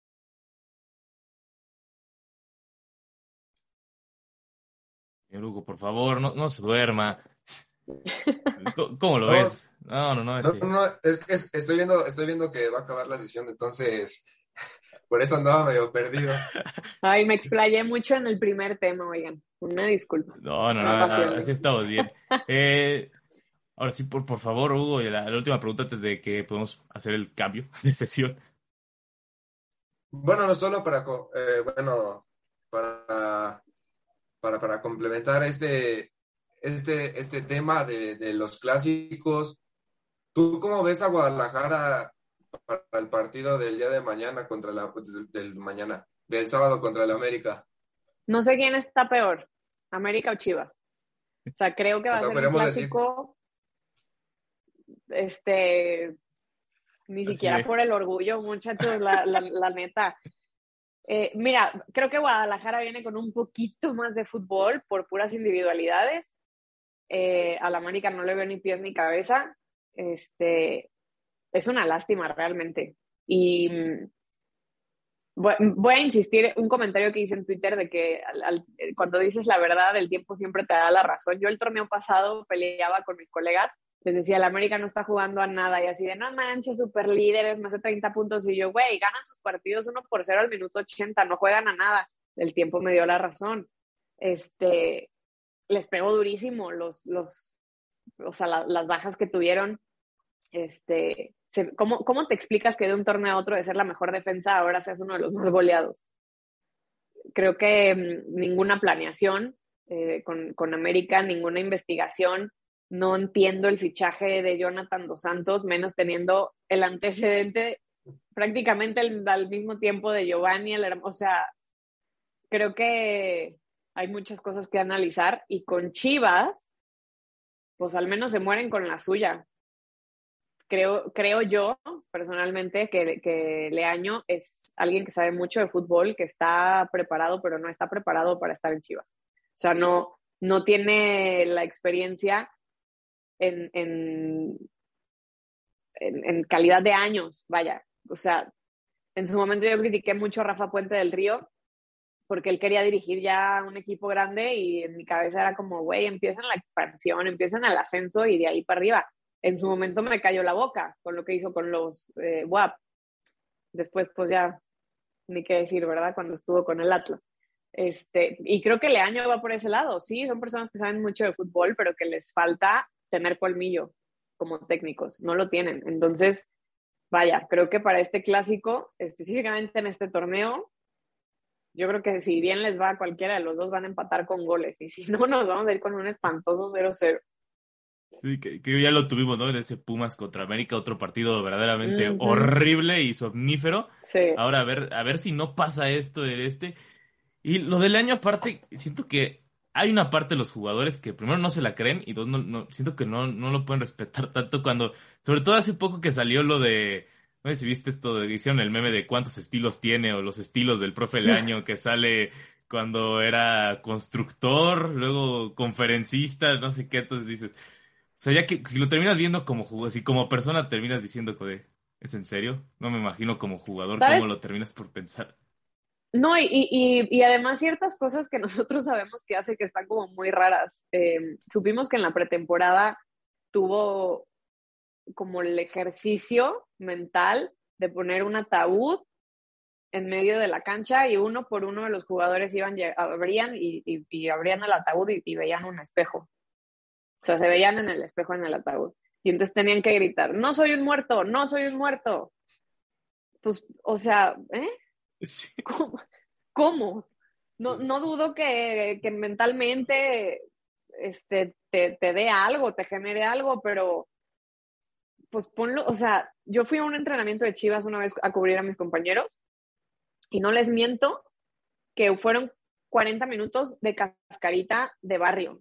Señor Hugo, por favor, no, no se duerma. ¿Cómo, cómo lo No, ves? No, no, no, no, este... no, es, es, estoy viendo, estoy viendo que va a acabar la sesión, entonces por eso andaba medio perdido. Ay, me explayé mucho en el primer tema, oigan. Una disculpa. No, no, Me no, no, así apasioné. estamos bien. Eh, ahora sí, por, por favor, Hugo, la, la última pregunta antes de que podamos hacer el cambio de sesión. Bueno, no solo para, co- eh, bueno, para, para, para complementar este, este, este tema de, de los clásicos, ¿tú cómo ves a Guadalajara para el partido del día de mañana contra la, pues, del, del mañana, del sábado contra el América? No sé quién está peor, América o Chivas. O sea, creo que O va a sea, ser un podríamos decir, clásico, este, ni Así siquiera de, por el orgullo, muchachos, la, la, la neta. Eh, mira, creo que Guadalajara viene con un poquito más de fútbol por puras individualidades. Eh, al América no le veo ni pies ni cabeza. Este, es una lástima realmente. Y mm, voy, voy a insistir un comentario que hice en Twitter de que al, al, cuando dices la verdad, el tiempo siempre te da la razón. Yo el torneo pasado peleaba con mis colegas, les decía, el América no está jugando a nada, y así de, no manches, super líderes, más de treinta puntos, y yo, güey, ganan sus partidos uno por cero al minuto ochenta, no juegan a nada. El tiempo me dio la razón. Este, les pegó durísimo los, los, o sea, la, las bajas que tuvieron. Este, se, ¿cómo, ¿Cómo te explicas que de un torneo a otro de ser la mejor defensa ahora seas uno de los más goleados? Creo que mmm, ninguna planeación eh, con, con América, ninguna investigación. No entiendo el fichaje de Jonathan Dos Santos, menos teniendo el antecedente prácticamente el, al mismo tiempo de Giovanni, el, o sea, creo que hay muchas cosas que analizar, y con Chivas, pues al menos se mueren con la suya. Creo, creo yo personalmente que, que Leaño es alguien que sabe mucho de fútbol, que está preparado, pero no está preparado para estar en Chivas. O sea, no, no tiene la experiencia en, en, en, en calidad de años, vaya. O sea, en su momento yo critiqué mucho a Rafa Puente del Río porque él quería dirigir ya un equipo grande, y en mi cabeza era como, güey, empiezan la expansión, empiezan el ascenso y de ahí para arriba. En su momento me cayó la boca con lo que hizo con los eh, W A P. Después, pues ya, ni qué decir, ¿verdad? Cuando estuvo con el Atlas. Este, y creo que Leaño va por ese lado. Sí, son personas que saben mucho de fútbol, pero que les falta tener colmillo como técnicos. No lo tienen. Entonces, vaya, creo que para este clásico, específicamente en este torneo, yo creo que si bien les va a cualquiera de los dos, van a empatar con goles. Y si no, nos vamos a ir con un espantoso cero cero. sí, que, que ya lo tuvimos, ¿no? En ese Pumas contra América, otro partido verdaderamente Uh-huh. horrible y somnífero. Sí. Ahora a ver, a ver si no pasa esto en este. Y lo del año aparte, siento que hay una parte de los jugadores que primero no se la creen y dos, no, no, siento que no, no lo pueden respetar tanto cuando, sobre todo hace poco que salió lo de, no sé si viste esto, de, hicieron el meme de cuántos estilos tiene o los estilos del profe Leaño que sale cuando era constructor, luego conferencista, no sé qué, entonces dices, o sea, ya que si lo terminas viendo como jugador, si como persona terminas diciendo que ¿es en serio? No me imagino como jugador cómo ¿Sabes? lo terminas por pensar. No, y, y, y además ciertas cosas que nosotros sabemos que hace que están como muy raras. Eh, supimos que en la pretemporada tuvo como el ejercicio mental de poner un ataúd en medio de la cancha, y uno por uno de los jugadores iban, abrían y, y, y abrían el ataúd y, y veían un espejo. O sea, se veían en el espejo en el ataúd. Y entonces tenían que gritar, no soy un muerto, no soy un muerto. Pues, o sea, ¿eh? Sí. ¿Cómo? ¿Cómo? No, no dudo que, que mentalmente este, te, te dé algo, te genere algo, pero pues ponlo, o sea, yo fui a un entrenamiento de Chivas una vez a cubrir a mis compañeros, y no les miento que fueron cuarenta minutos de cascarita de barrio.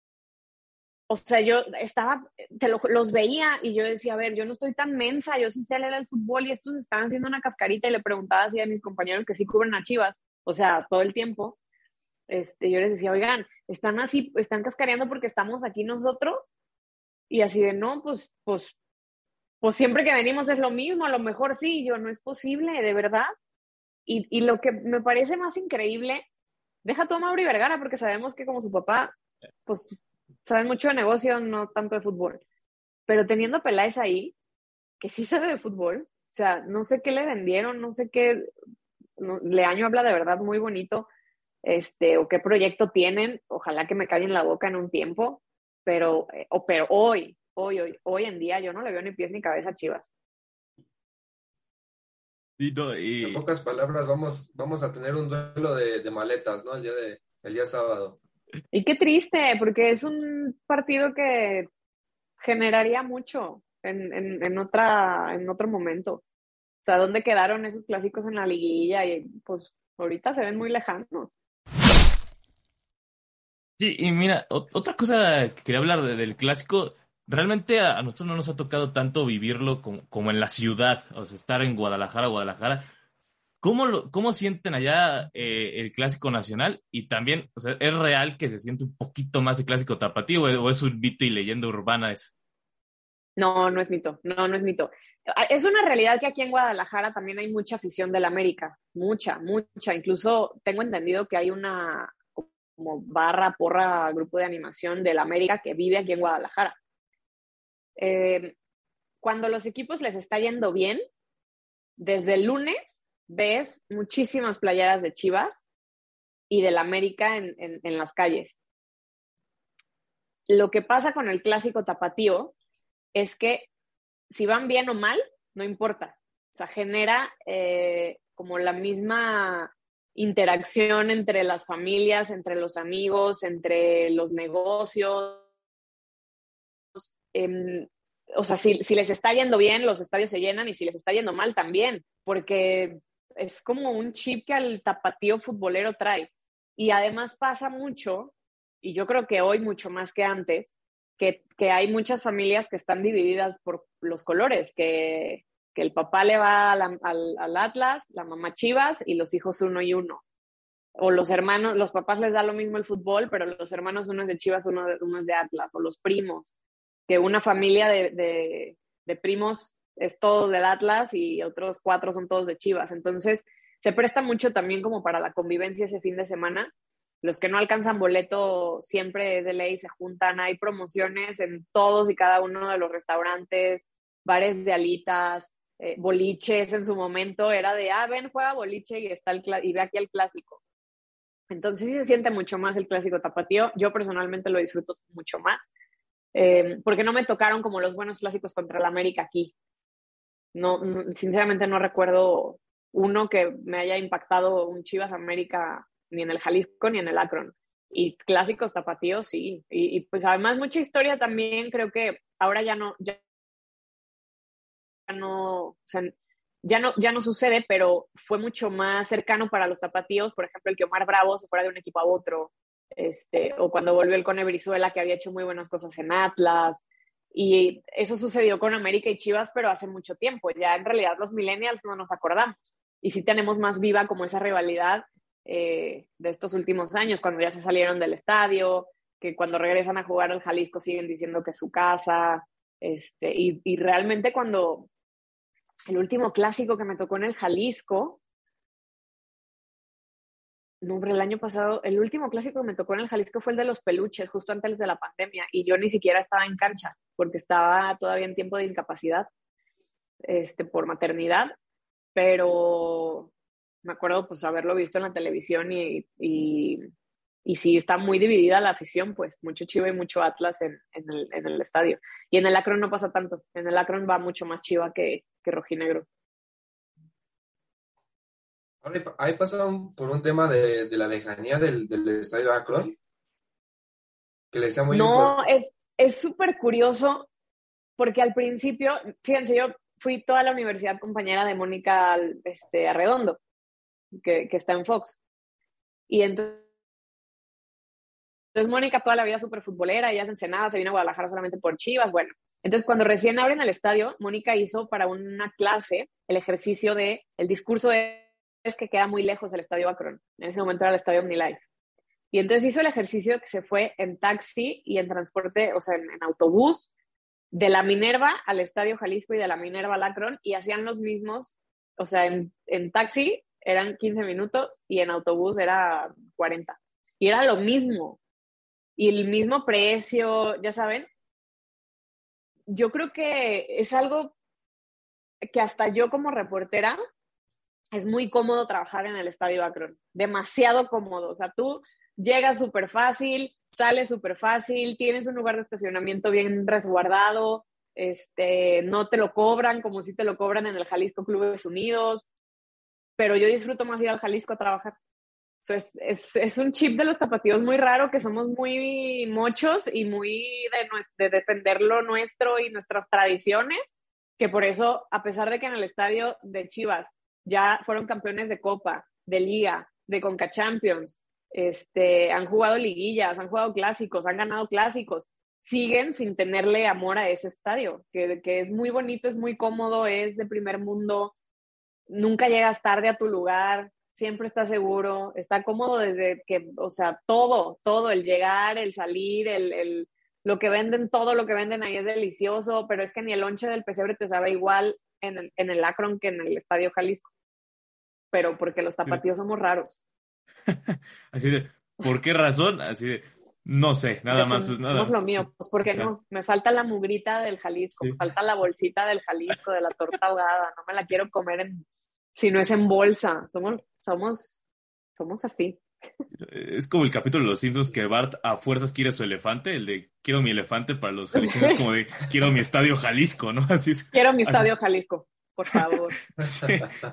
O sea, yo estaba, te lo, los veía y yo decía, a ver, yo no estoy tan mensa, yo sí sé leer el fútbol, y estos estaban haciendo una cascarita, y le preguntaba así a mis compañeros que sí cubren a Chivas, o sea, todo el tiempo. Este, yo les decía, oigan, están así, están cascareando porque estamos aquí nosotros, y así de, no, pues, pues, pues siempre que venimos es lo mismo, a lo mejor sí, yo, no es posible, de verdad. Y, y lo que me parece más increíble, deja tú a Mauri Vergara, porque sabemos que como su papá, pues, sabe mucho de negocio, no tanto de fútbol, pero teniendo a Peláez ahí, que sí sabe de fútbol, o sea, no sé qué le vendieron, no sé qué, no, Leaño habla de verdad muy bonito, este, o qué proyecto tienen, ojalá que me callen la boca en un tiempo, pero, eh, o, pero hoy, hoy, hoy, hoy en día yo no le veo ni pies ni cabeza a Chivas. Sí, no, y... En pocas palabras, vamos, vamos a tener un duelo de, de maletas, ¿no? El día de, el día sábado. Y qué triste, porque es un partido que generaría mucho en, en, en, otra, en otro momento. O sea, ¿dónde quedaron esos clásicos en la liguilla? Y pues ahorita se ven muy lejanos. Sí, y mira, o- otra cosa que quería hablar de- del clásico, realmente a, a nosotros no nos ha tocado tanto vivirlo como, como en la ciudad, o sea, estar en Guadalajara, Guadalajara. ¿Cómo, lo, cómo sienten allá eh, el clásico nacional? Y también, o sea, ¿es real que se siente un poquito más el clásico tapatío o es, o es un mito y leyenda urbana eso? No, no es mito, no, no es mito. Es una realidad que aquí en Guadalajara también hay mucha afición del América, mucha, mucha. Incluso tengo entendido que hay una como barra, porra, grupo de animación del América que vive aquí en Guadalajara. Eh, cuando los equipos les está yendo bien, desde el lunes ves muchísimas playeras de Chivas y del América en, en, en las calles. Lo que pasa con el clásico tapatío es que si van bien o mal, no importa. O sea, genera eh, como la misma interacción entre las familias, entre los amigos, entre los negocios. Eh, o sea, si, si les está yendo bien, los estadios se llenan y si les está yendo mal también, porque es como un chip que al tapatío futbolero trae. Y además pasa mucho, y yo creo que hoy mucho más que antes, que, que hay muchas familias que están divididas por los colores, que, que el papá le va al, al, al Atlas, la mamá Chivas y los hijos uno y uno. O los hermanos, los papás les da lo mismo el fútbol, pero los hermanos uno es de Chivas, uno, de, uno es de Atlas, o los primos, que una familia de, de, de primos es todo del Atlas y otros cuatro son todos de Chivas. Entonces, se presta mucho también como para la convivencia ese fin de semana. Los que no alcanzan boleto siempre es de ley, se juntan, hay promociones en todos y cada uno de los restaurantes, bares de alitas, eh, boliches en su momento, era de, ah, ven, juega boliche y, está el y ve aquí el clásico. Entonces sí se siente mucho más el clásico tapatío, yo personalmente lo disfruto mucho más, eh, porque no me tocaron como los buenos clásicos contra el América aquí. No, no, sinceramente no recuerdo uno que me haya impactado un Chivas América ni en el Jalisco ni en el Akron. Y clásicos tapatíos, sí. Y, y pues además mucha historia también, creo que ahora ya no, ya no, o sea, ya no, ya no sucede, pero fue mucho más cercano para los tapatíos, por ejemplo, el que Omar Bravo se fuera de un equipo a otro, este, o cuando volvió el Cone Brizuela, que había hecho muy buenas cosas en Atlas. Y eso sucedió con América y Chivas, pero hace mucho tiempo. Ya en realidad los millennials no nos acordamos. Y sí tenemos más viva como esa rivalidad eh, de estos últimos años, cuando ya se salieron del estadio, que cuando regresan a jugar al Jalisco siguen diciendo que es su casa. Este, y, y realmente cuando el último clásico que me tocó en el Jalisco, no, hombre, el año pasado, el último clásico que me tocó en el Jalisco fue el de los peluches, justo antes de la pandemia, y yo ni siquiera estaba en cancha, porque estaba todavía en tiempo de incapacidad, este, por maternidad, pero me acuerdo pues haberlo visto en la televisión y, y, y sí está muy dividida la afición, pues mucho Chiva y mucho Atlas en, en, el, en el estadio. Y en el Akron no pasa tanto, en el Akron va mucho más Chiva que, que rojinegro. Ahora, ¿hay pasado por un tema de, de la lejanía del, del estadio Akron? Que le sea muy No, importante. es súper curioso porque al principio, fíjense, yo fui toda la universidad compañera de Mónica este, Arredondo, que, que está en Fox. Y entonces, entonces Mónica toda la vida súper futbolera, ella es Ensenada, se vino a Guadalajara solamente por Chivas, bueno. Entonces cuando recién abren el estadio, Mónica hizo para una clase el ejercicio de, el discurso de, es que queda muy lejos el estadio Akron. En ese momento era el estadio OmniLife. Y entonces hizo el ejercicio que se fue en taxi y en transporte, o sea, en, en autobús, de la Minerva al Estadio Jalisco y de la Minerva al Akron, y hacían los mismos, o sea, en, en taxi eran quince minutos y en autobús era cuarenta. Y era lo mismo. Y el mismo precio, ya saben. Yo creo que es algo que hasta yo como reportera es muy cómodo trabajar en el Estadio Akron. Demasiado cómodo. O sea, tú llegas súper fácil, sales súper fácil, tienes un lugar de estacionamiento bien resguardado, este, no te lo cobran como si te lo cobran en el Jalisco Clubes Unidos. pero yo disfruto más ir al Jalisco a trabajar. So, es, es, es un chip de los tapatíos muy raro, que somos muy mochos y muy de, de defender lo nuestro y nuestras tradiciones, que por eso, a pesar de que en el estadio de Chivas ya fueron campeones de Copa, de Liga, de Conca Champions, este, han jugado liguillas, han jugado clásicos, han ganado clásicos, siguen sin tenerle amor a ese estadio, que, que es muy bonito, es muy cómodo, es de primer mundo, nunca llegas tarde a tu lugar, siempre estás seguro, está cómodo desde que, o sea, todo, todo, el llegar, el salir, el, el, lo que venden, todo lo que venden ahí es delicioso, pero es que ni el lonche del pesebre te sabe igual en el, en el Akron que en el Estadio Jalisco, pero porque los tapatíos somos raros. Así de, ¿por qué razón? Así de, no sé, nada más. Somos Nada más, lo mío, sí. pues porque Ajá. no, me falta la mugrita del Jalisco, Sí. me falta la bolsita del Jalisco, de la torta ahogada, no me la quiero comer en, si no es en bolsa, somos, somos, somos así. Es como el capítulo de Los Simpsons que Bart a fuerzas quiere su elefante, el de quiero mi elefante para los jaliscienses, es como de quiero mi estadio Jalisco, ¿no? Así es. Quiero mi así estadio es. Jalisco, por favor. Sí.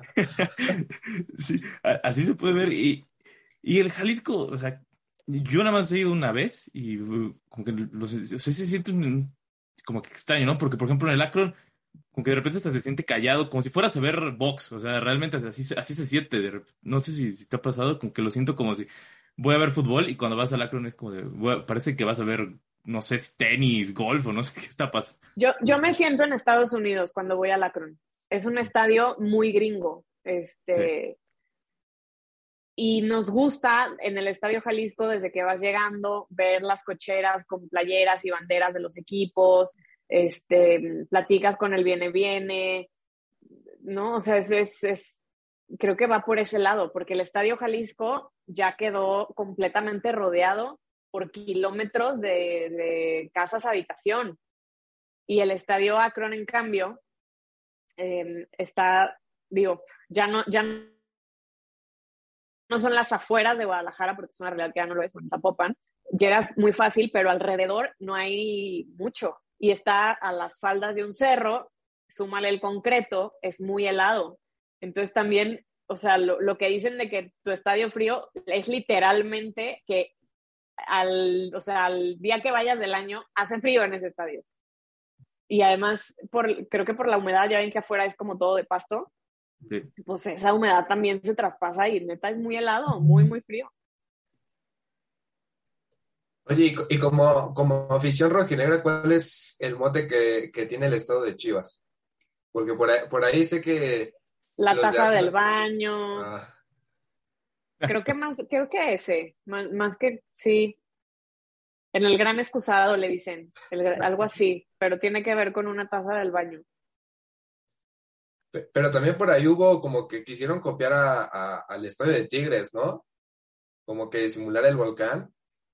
Sí, a- así se puede ver. Y, y el Jalisco, o sea, yo nada más he ido una vez y uh, como que los, o sea, se siente un- como que extraño, ¿no? Porque, por ejemplo, en el Akron, como que de repente hasta se siente callado, como si fueras a ver box, o sea, realmente así, se- así se siente. de rep- no sé si, si te ha pasado, como que lo siento como si voy a ver fútbol y cuando vas al Akron es como de, voy a- parece que vas a ver, no sé, tenis, golf o no sé qué está pasando. Yo, yo me siento en Estados Unidos cuando voy al Akron. Es un estadio muy gringo. Este, y nos gusta en el Estadio Jalisco, desde que vas llegando, ver las cocheras con playeras y banderas de los equipos, este, platicas con el viene viene, ¿no? O sea, es, es, es, creo que va por ese lado, porque el Estadio Jalisco ya quedó completamente rodeado por kilómetros de, de casas habitación. Y el Estadio Akron, en cambio, eh, está, digo, ya no, ya no son las afueras de Guadalajara, porque es una realidad que ya no lo es, en Zapopan. Llegas muy fácil, pero alrededor no hay mucho. Y está a las faldas de un cerro, súmale el concreto, es muy helado. Entonces también, o sea, lo, lo que dicen de que tu estadio frío es literalmente que al, o sea, al día que vayas del año, hace frío en ese estadio. Y además, por, creo que por la humedad, ya ven que afuera es como todo de pasto, Sí. pues esa humedad también se traspasa y neta es muy helado, muy, muy frío. Oye, y, co- y como, como afición rojinegra, ¿cuál es el mote que, que tiene el estado de Chivas? Porque por ahí, por ahí sé que La los de taza del Atlas... baño, Ah, creo que más, creo que ese, más, más que, sí, en el gran excusado le dicen, el gra- algo así, pero tiene que ver con una taza del baño. pe- pero también por ahí hubo como que quisieron copiar a, a- al estadio de Tigres, ¿no? Como que simular el volcán.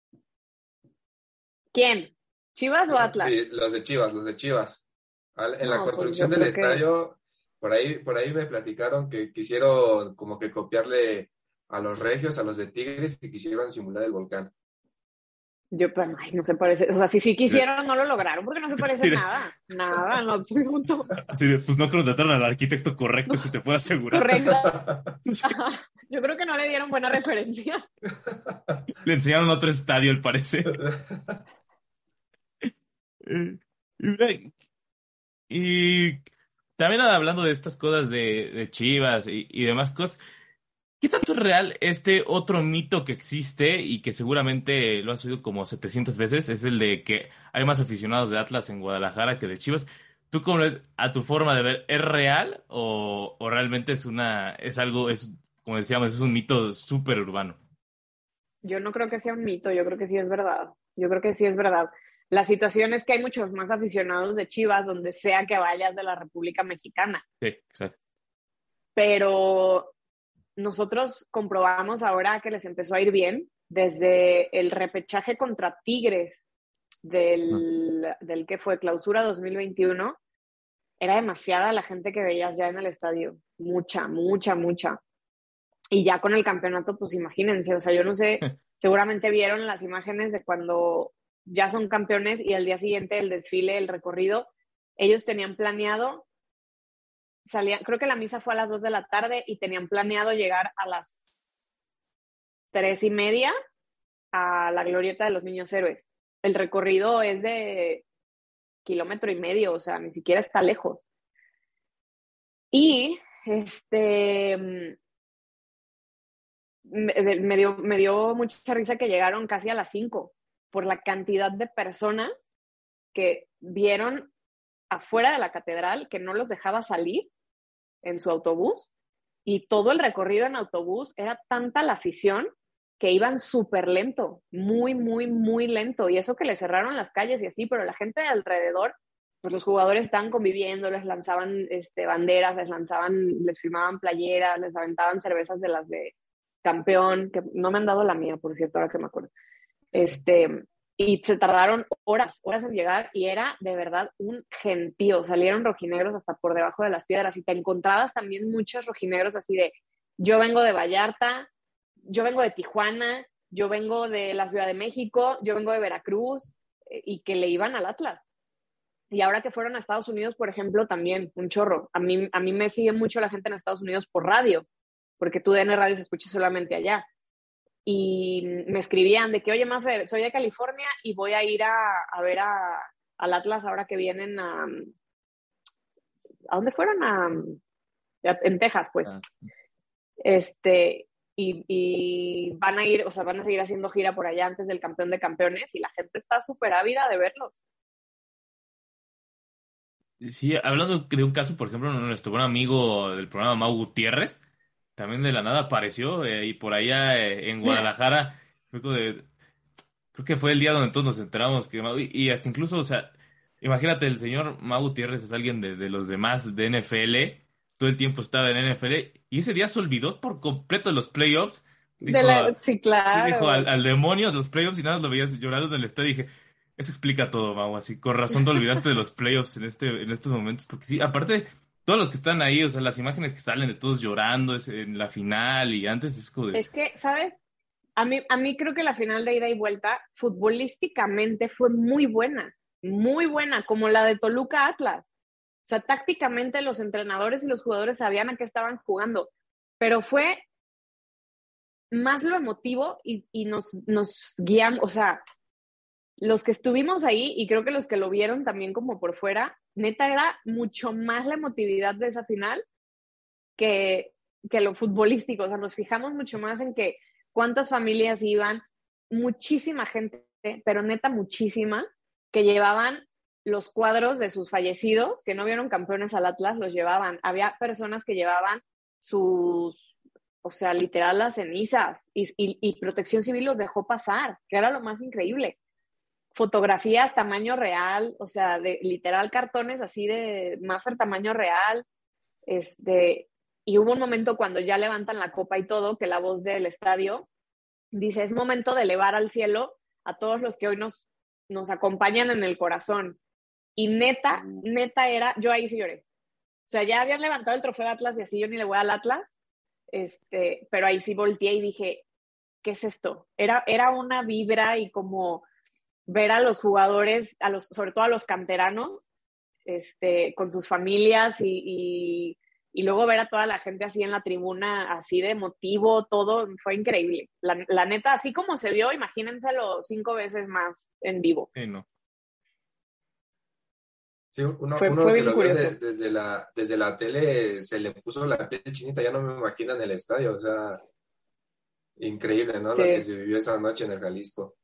¿Quién? ¿Chivas o Atlas? Sí, los de Chivas, los de Chivas. Al- en la No, pues construcción yo del creo que estadio, por ahí, por ahí me platicaron que quisieron como que copiarle a los regios, a los de Tigres, y quisieron simular el volcán. yo, pero, ay, no se parece, o sea, si sí quisieron, no lo lograron porque no se parece Sí, de- nada, nada, en lo absoluto. Así de, pues no contrataron al arquitecto correcto, si te puedo asegurar. Correcto. Ajá. Yo creo que no le dieron buena referencia. Le enseñaron otro estadio, al parecer. Eh, y, mira, y también hablando de estas cosas de, de Chivas y, y demás cosas, ¿qué tanto es real este otro mito que existe y que seguramente lo has oído como setecientas veces? Es el de que hay más aficionados de Atlas en Guadalajara que de Chivas. ¿Tú cómo lo ves a tu forma de ver? ¿Es real o, o realmente es una, es algo, es, como decíamos, es un mito súper urbano? Yo no creo que sea un mito, yo creo que sí es verdad. Yo creo que sí es verdad. La situación es que hay muchos más aficionados de Chivas donde sea que vayas de la República Mexicana, Sí, exacto. pero nosotros comprobamos ahora que les empezó a ir bien desde el repechaje contra Tigres del, del que fue Clausura dos mil veintiuno. Era demasiada la gente que veías ya en el estadio, mucha, mucha, mucha. Y ya con el campeonato, pues imagínense, o sea, yo no sé, seguramente vieron las imágenes de cuando ya son campeones y al día siguiente el desfile, el recorrido, ellos tenían planeado salían, creo que la misa fue a las dos de la tarde y tenían planeado llegar a las tres y media a la glorieta de los Niños Héroes. El recorrido es de kilómetro y medio, o sea, ni siquiera está lejos. Y este me, me, dio, me dio mucha risa que llegaron casi a las cinco por la cantidad de personas que vieron afuera de la catedral, que no los dejaba salir en su autobús, y todo el recorrido en autobús era tanta la afición que iban súper lento, muy, muy, muy lento, y eso que les cerraron las calles y así, pero la gente de alrededor, pues los jugadores estaban conviviendo, les lanzaban este, banderas, les lanzaban, les firmaban playeras, les aventaban cervezas de las de campeón, que no me han dado la mía, por cierto, ahora que me acuerdo. Este... Y se tardaron horas, horas en llegar, y era de verdad un gentío. Salieron rojinegros hasta por debajo de las piedras, y te encontrabas también muchos rojinegros así de, yo vengo de Vallarta, yo vengo de Tijuana, yo vengo de la Ciudad de México, yo vengo de Veracruz, y que le iban al Atlas. Y ahora que fueron a Estados Unidos, por ejemplo, también un chorro. A mí, a mí me sigue mucho la gente en Estados Unidos por radio, porque tu D N Radio se escucha solamente allá. Y me escribían de que, oye, Mafer, soy de California y voy a ir a, a ver a, al Atlas ahora que vienen a... ¿A dónde fueron? A, en Texas, pues. Ah. Este, y, y van a ir, o sea, van a seguir haciendo gira por allá antes del campeón de campeones, y la gente está súper ávida de verlos. Sí, hablando de un caso, por ejemplo, nuestro buen amigo del programa, Mau Gutiérrez, también de la nada apareció, eh, y por allá eh, en Guadalajara, fue de, creo que fue el día donde todos nos enteramos que Mau, y, y hasta incluso, o sea, imagínate, el señor Mau Gutiérrez es alguien de, de los demás de N F L, todo el tiempo estaba en N F L, y ese día se olvidó por completo de los playoffs. Dijo, de la, sí, claro. Sí, dijo al, al demonio de los playoffs, y nada más lo veías llorando en el estadio, y dije, eso explica todo, Mau, así, con razón te olvidaste de los playoffs en este, en estos momentos, porque sí, aparte... Todos los que están ahí, o sea, las imágenes que salen de todos llorando es en la final y antes es como de... Es que, ¿sabes? A mí, a mí creo que la final de ida y vuelta futbolísticamente fue muy buena, muy buena, como la de Toluca Atlas. O sea, tácticamente los entrenadores y los jugadores sabían a qué estaban jugando, pero fue más lo emotivo y, y nos, nos guiamos, o sea, los que estuvimos ahí, y creo que los que lo vieron también como por fuera, neta era mucho más la emotividad de esa final que, que lo futbolístico. O sea, nos fijamos mucho más en que cuántas familias iban, muchísima gente, pero neta muchísima, que llevaban los cuadros de sus fallecidos, que no vieron campeones al Atlas, los llevaban. Había personas que llevaban sus, o sea, literal las cenizas, y, y, y Protección Civil los dejó pasar, que era lo más increíble. Fotografías tamaño real, o sea, de literal cartones así de Maffer tamaño real, este, y hubo un momento cuando ya levantan la copa y todo, que la voz del estadio dice, es momento de elevar al cielo a todos los que hoy nos, nos acompañan en el corazón. Y neta, neta era, yo ahí sí lloré. O sea, ya habían levantado el trofeo de Atlas y así yo ni le voy al Atlas, este, pero ahí sí volteé y dije, ¿qué es esto? Era, era una vibra y como ver a los jugadores, a los, sobre todo a los canteranos, este, con sus familias y, y, y luego ver a toda la gente así en la tribuna, así de emotivo, todo fue increíble. La, la neta, así como se vio, imagínenselo cinco veces más en vivo. Sí, no. Sí, uno, fue, uno fue que lo curioso. ve de, desde, la, desde la tele se le puso la piel chinita, ya no me imagino en el estadio, o sea, increíble, ¿no? Sí. Lo que se vivió esa noche en el Jalisco.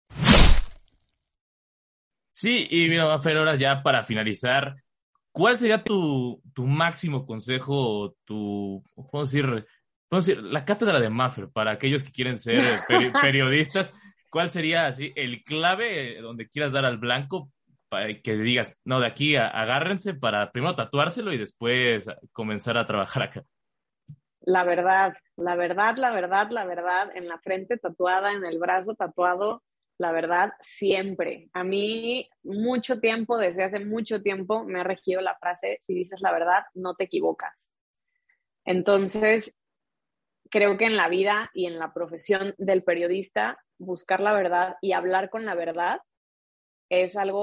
Sí, y mira, Fer, ahora ya para finalizar, ¿cuál sería tu, tu máximo consejo, tu, ¿cómo decir? ¿Cómo decir? La cátedra de Maffer para aquellos que quieren ser peri- periodistas? ¿Cuál sería así el clave donde quieras dar al blanco para que digas, no, de aquí a, agárrense para primero tatuárselo y después comenzar a trabajar acá? La verdad, la verdad, la verdad, la verdad, en la frente tatuada, en el brazo tatuado, la verdad, siempre. A mí, mucho tiempo, desde hace mucho tiempo, me ha regido la frase, si dices la verdad, no te equivocas. Entonces, creo que en la vida y en la profesión del periodista, buscar la verdad y hablar con la verdad es algo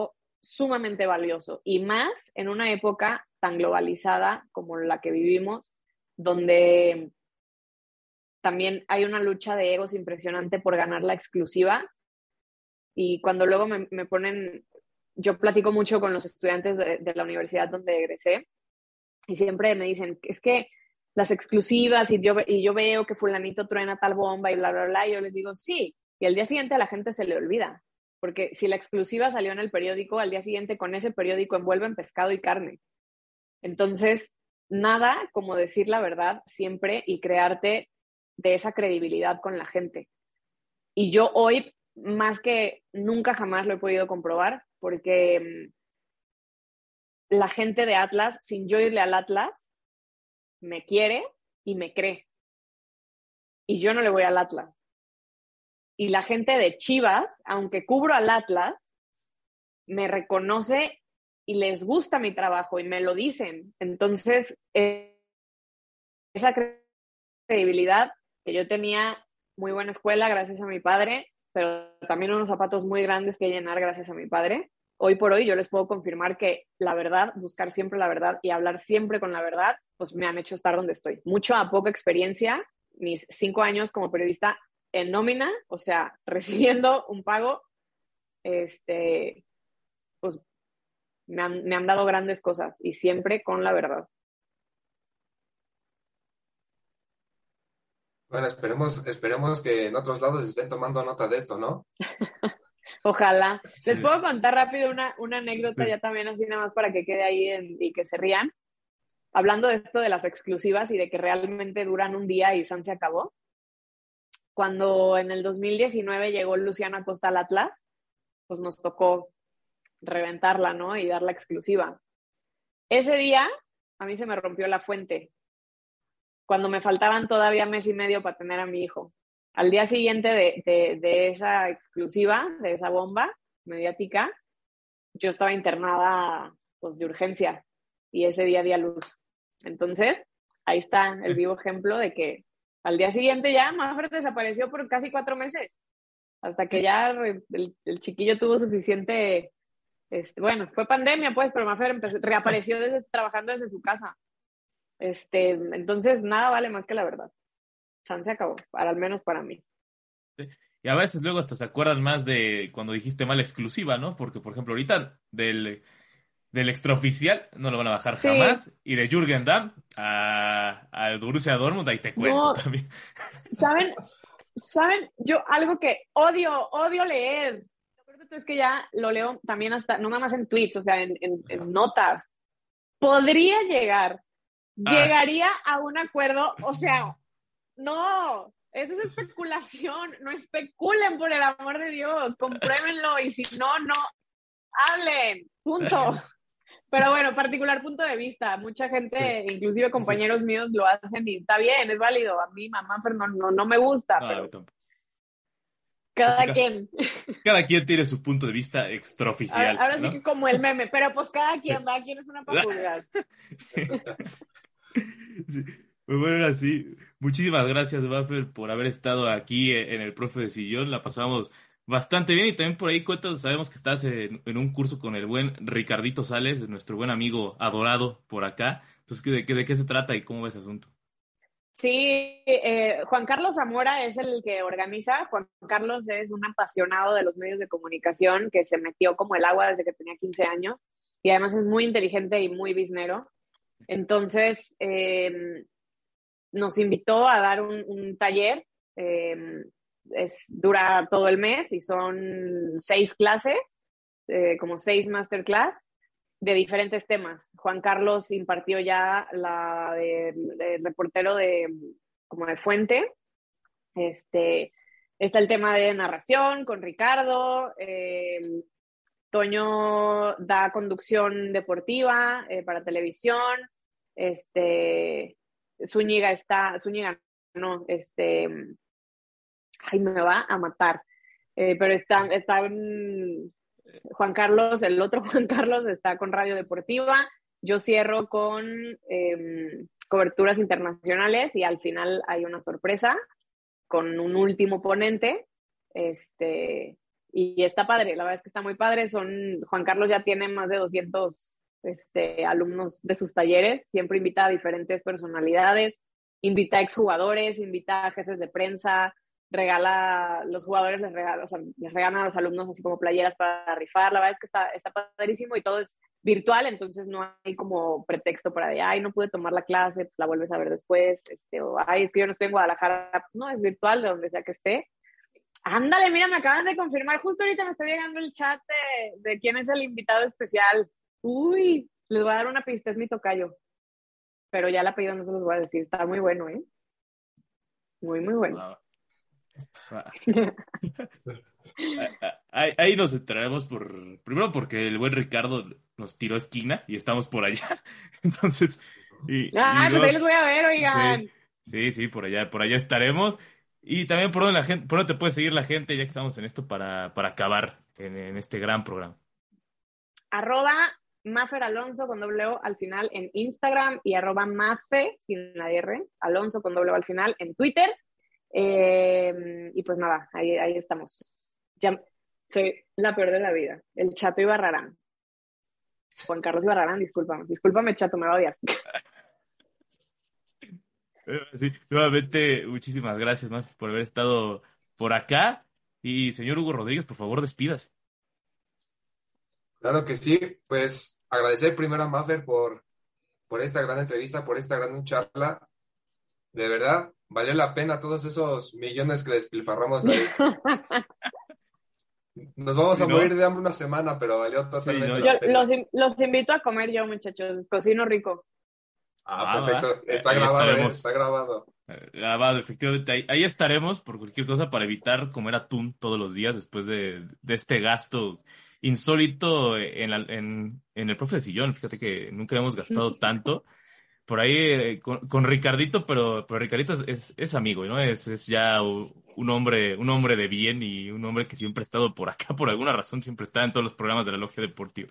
sumamente valioso, y más en una época tan globalizada como la que vivimos, donde también hay una lucha de egos impresionante por ganar la exclusiva. Y cuando luego me, me ponen, yo platico mucho con los estudiantes de, de la universidad donde egresé, y siempre me dicen, es que las exclusivas, y yo, y yo veo que fulanito truena tal bomba y bla, bla, bla, y yo les digo, sí, y al día siguiente a la gente se le olvida, porque si la exclusiva salió en el periódico, al día siguiente con ese periódico envuelven pescado y carne. Entonces, nada como decir la verdad siempre y crearte de esa credibilidad con la gente. Y yo hoy, más que nunca jamás lo he podido comprobar, porque la gente de Atlas, sin yo irle al Atlas, me quiere y me cree. Y yo no le voy al Atlas. Y la gente de Chivas, aunque cubro al Atlas, me reconoce y les gusta mi trabajo y me lo dicen. Entonces, eh, esa credibilidad que yo tenía, muy buena escuela gracias a mi padre, pero también unos zapatos muy grandes que llenar gracias a mi padre. Hoy por hoy yo les puedo confirmar que la verdad, buscar siempre la verdad y hablar siempre con la verdad, pues me han hecho estar donde estoy. Mucho a poca experiencia, mis cinco años como periodista en nómina, o sea, recibiendo un pago, este, pues me han, me han dado grandes cosas y siempre con la verdad. Bueno, esperemos, esperemos que en otros lados estén tomando nota de esto, ¿no? Ojalá. Les puedo contar rápido una, una anécdota, Sí. ya también así nada más para que quede ahí en, y que se rían. Hablando de esto de las exclusivas y de que realmente duran un día y San se acabó. Cuando en el dos mil diecinueve llegó Luciano Acosta al Atlas, pues nos tocó reventarla, ¿no? Y dar la exclusiva. Ese día a mí se me rompió la fuente, cuando me faltaban todavía mes y medio para tener a mi hijo. Al día siguiente de, de, de esa exclusiva, de esa bomba mediática, yo estaba internada pues, de urgencia y ese día di a luz. Entonces, ahí está el vivo ejemplo de que al día siguiente ya Maffer desapareció por casi cuatro meses, hasta que ya el, el chiquillo tuvo suficiente, este, bueno, fue pandemia pues, pero Maffer empezó, reapareció desde, trabajando desde su casa. Este, entonces, nada vale más que la verdad. San se acabó, para, al menos para mí. Y a veces luego hasta se acuerdan más de cuando dijiste mal exclusiva, ¿no? Porque, por ejemplo, ahorita del, del extraoficial no lo van a bajar Sí. jamás. Y de Jürgen Damm a, al Borussia Dortmund, ahí te cuento No, también. ¿saben? ¿Saben? Yo algo que odio, odio leer. Lo peor de todo es que ya lo leo también hasta, no nada más en tweets, o sea, en, en, en notas. Podría llegar, Ah. llegaría a un acuerdo, o sea, no, eso es especulación, no especulen por el amor de Dios, compruébenlo y si no, no hablen, punto. Pero bueno, particular punto de vista, mucha gente, Sí. inclusive compañeros sí. míos lo hacen y está bien, es válido, a mí mamá pero no, no, no me gusta, Ah, pero tampoco. cada Cada, quien. cada quien tiene su punto de vista extraoficial. Ahora, ahora ¿no? sí que como el meme, pero pues cada quien sí. va, quien es una popularidad. Sí. Sí. Pues bueno, así, muchísimas gracias, Maffer, por haber estado aquí en el Profe de Sillón. La pasamos bastante bien y también por ahí cuentas, sabemos que estás en, en un curso con el buen Ricardito Sales, nuestro buen amigo adorado por acá. Entonces, ¿de, de, de qué se trata y cómo va ese asunto? Sí, eh, Juan Carlos Zamora es el que organiza. Juan Carlos es un apasionado de los medios de comunicación que se metió como el agua desde que tenía quince años y además es muy inteligente y muy biznero. Entonces, eh, nos invitó a dar un, un taller, eh, es, dura todo el mes y son seis clases, eh, como seis masterclass de diferentes temas. Juan Carlos impartió ya la de, de reportero de, como de fuente, este, está el tema de narración con Ricardo, eh, Toño da conducción deportiva eh, para televisión, este... Zúñiga está, Zúñiga no, este, ay, me va a matar, eh, pero está, está Juan Carlos, el otro Juan Carlos está con Radio Deportiva, yo cierro con eh, coberturas internacionales y al final hay una sorpresa con un último ponente, este, y está padre, la verdad es que está muy padre. Son, Juan Carlos ya tiene más de doscientos este, alumnos de sus talleres, siempre invita a diferentes personalidades, invita a exjugadores, invita a jefes de prensa, regala, los jugadores les regalan, o sea, les regalan a los alumnos así como playeras para rifar. La verdad es que está, está padrísimo y todo es virtual, entonces no hay como pretexto para de, ay, no pude tomar la clase, pues la vuelves a ver después, este, o ay, es que yo no estoy en Guadalajara, pues no, es virtual de donde sea que esté. Ándale, mira, me acaban de confirmar, justo ahorita me está llegando el chat de, de quién es el invitado especial. Uy, les voy a dar una pista, es mi tocayo, pero ya el apellido no se los voy a decir, está muy bueno, ¿eh? Muy, muy bueno. Wow. ahí, ahí nos entraremos por primero porque el buen Ricardo nos tiró esquina y estamos por allá. Entonces, y, ah, y pues dos, ahí los voy a ver, oigan. Sí, sí, sí, por allá, por allá estaremos. Y también por donde la gente, por donde te puede seguir la gente, ya que estamos en esto para, para acabar en, en este gran programa. Arroba Mafer Alonso con doble O al final en Instagram y arroba Mafe sin la R, Alonso con doble O al final en Twitter. Eh, y pues nada, ahí, ahí estamos. Ya soy la peor de la vida. El Chato Ibarrarán. Juan Carlos Ibarrarán, discúlpame. Discúlpame, Chato, me va a odiar. Sí, nuevamente, muchísimas gracias, Maf, por haber estado por acá. Y señor Hugo Rodríguez, por favor, despídase. Claro que sí, pues agradecer primero a Mafer por, por esta gran entrevista, por esta gran charla. De verdad, valió la pena todos esos millones que despilfarramos ahí. Nos vamos Sí, a ¿no? morir de hambre una semana, pero valió totalmente Sí, ¿no? la Yo pena. los, los invito a comer yo, muchachos. Cocino rico. Ah, Ah, perfecto. va. Está Ahí grabado, ¿eh? estaremos. Está grabado. Eh, Grabado, efectivamente. Ahí, ahí estaremos por cualquier cosa para evitar comer atún todos los días después de, de este gasto insólito en, la- en, en el profe de sillón. Fíjate que nunca hemos gastado tanto. Por ahí eh, con, con Ricardito, pero, pero Ricardito es, es, es amigo, ¿no? Es, es ya u- un hombre, un hombre de bien y un hombre que siempre ha estado por acá, por alguna razón, siempre está en todos los programas de la Logia Deportiva.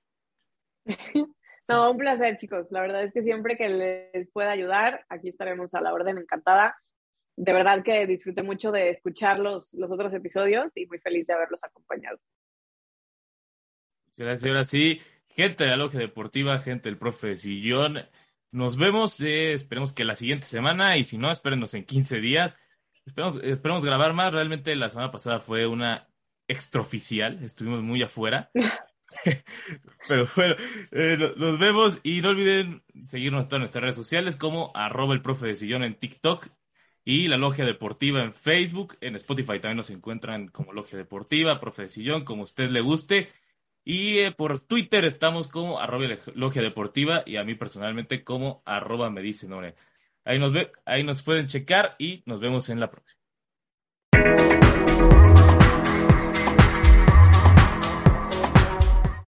No, un placer, chicos. La verdad es que siempre que les pueda ayudar, aquí estaremos a la orden, encantada. De verdad que disfruté mucho de escuchar los, los otros episodios y muy feliz de haberlos acompañado. Gracias, ahora sí. Gente de la Logia Deportiva, gente del profe de sillón. Nos vemos, eh, esperemos que la siguiente semana, y si no, espérenos en quince días. Esperemos, esperemos grabar más. Realmente la semana pasada fue una extraoficial, estuvimos muy afuera. Pero bueno, eh, no- nos vemos y no olviden seguirnos en todas nuestras redes sociales como arroba el profe de sillón en TikTok y la Logia Deportiva en Facebook. En Spotify también nos encuentran como Logia Deportiva, profe de sillón, como a usted le guste. Y eh, por Twitter estamos como arroba Logia Deportiva y a mí personalmente como arroba me dice Nore. Ahí nos ve, ahí nos pueden checar y nos vemos en la próxima.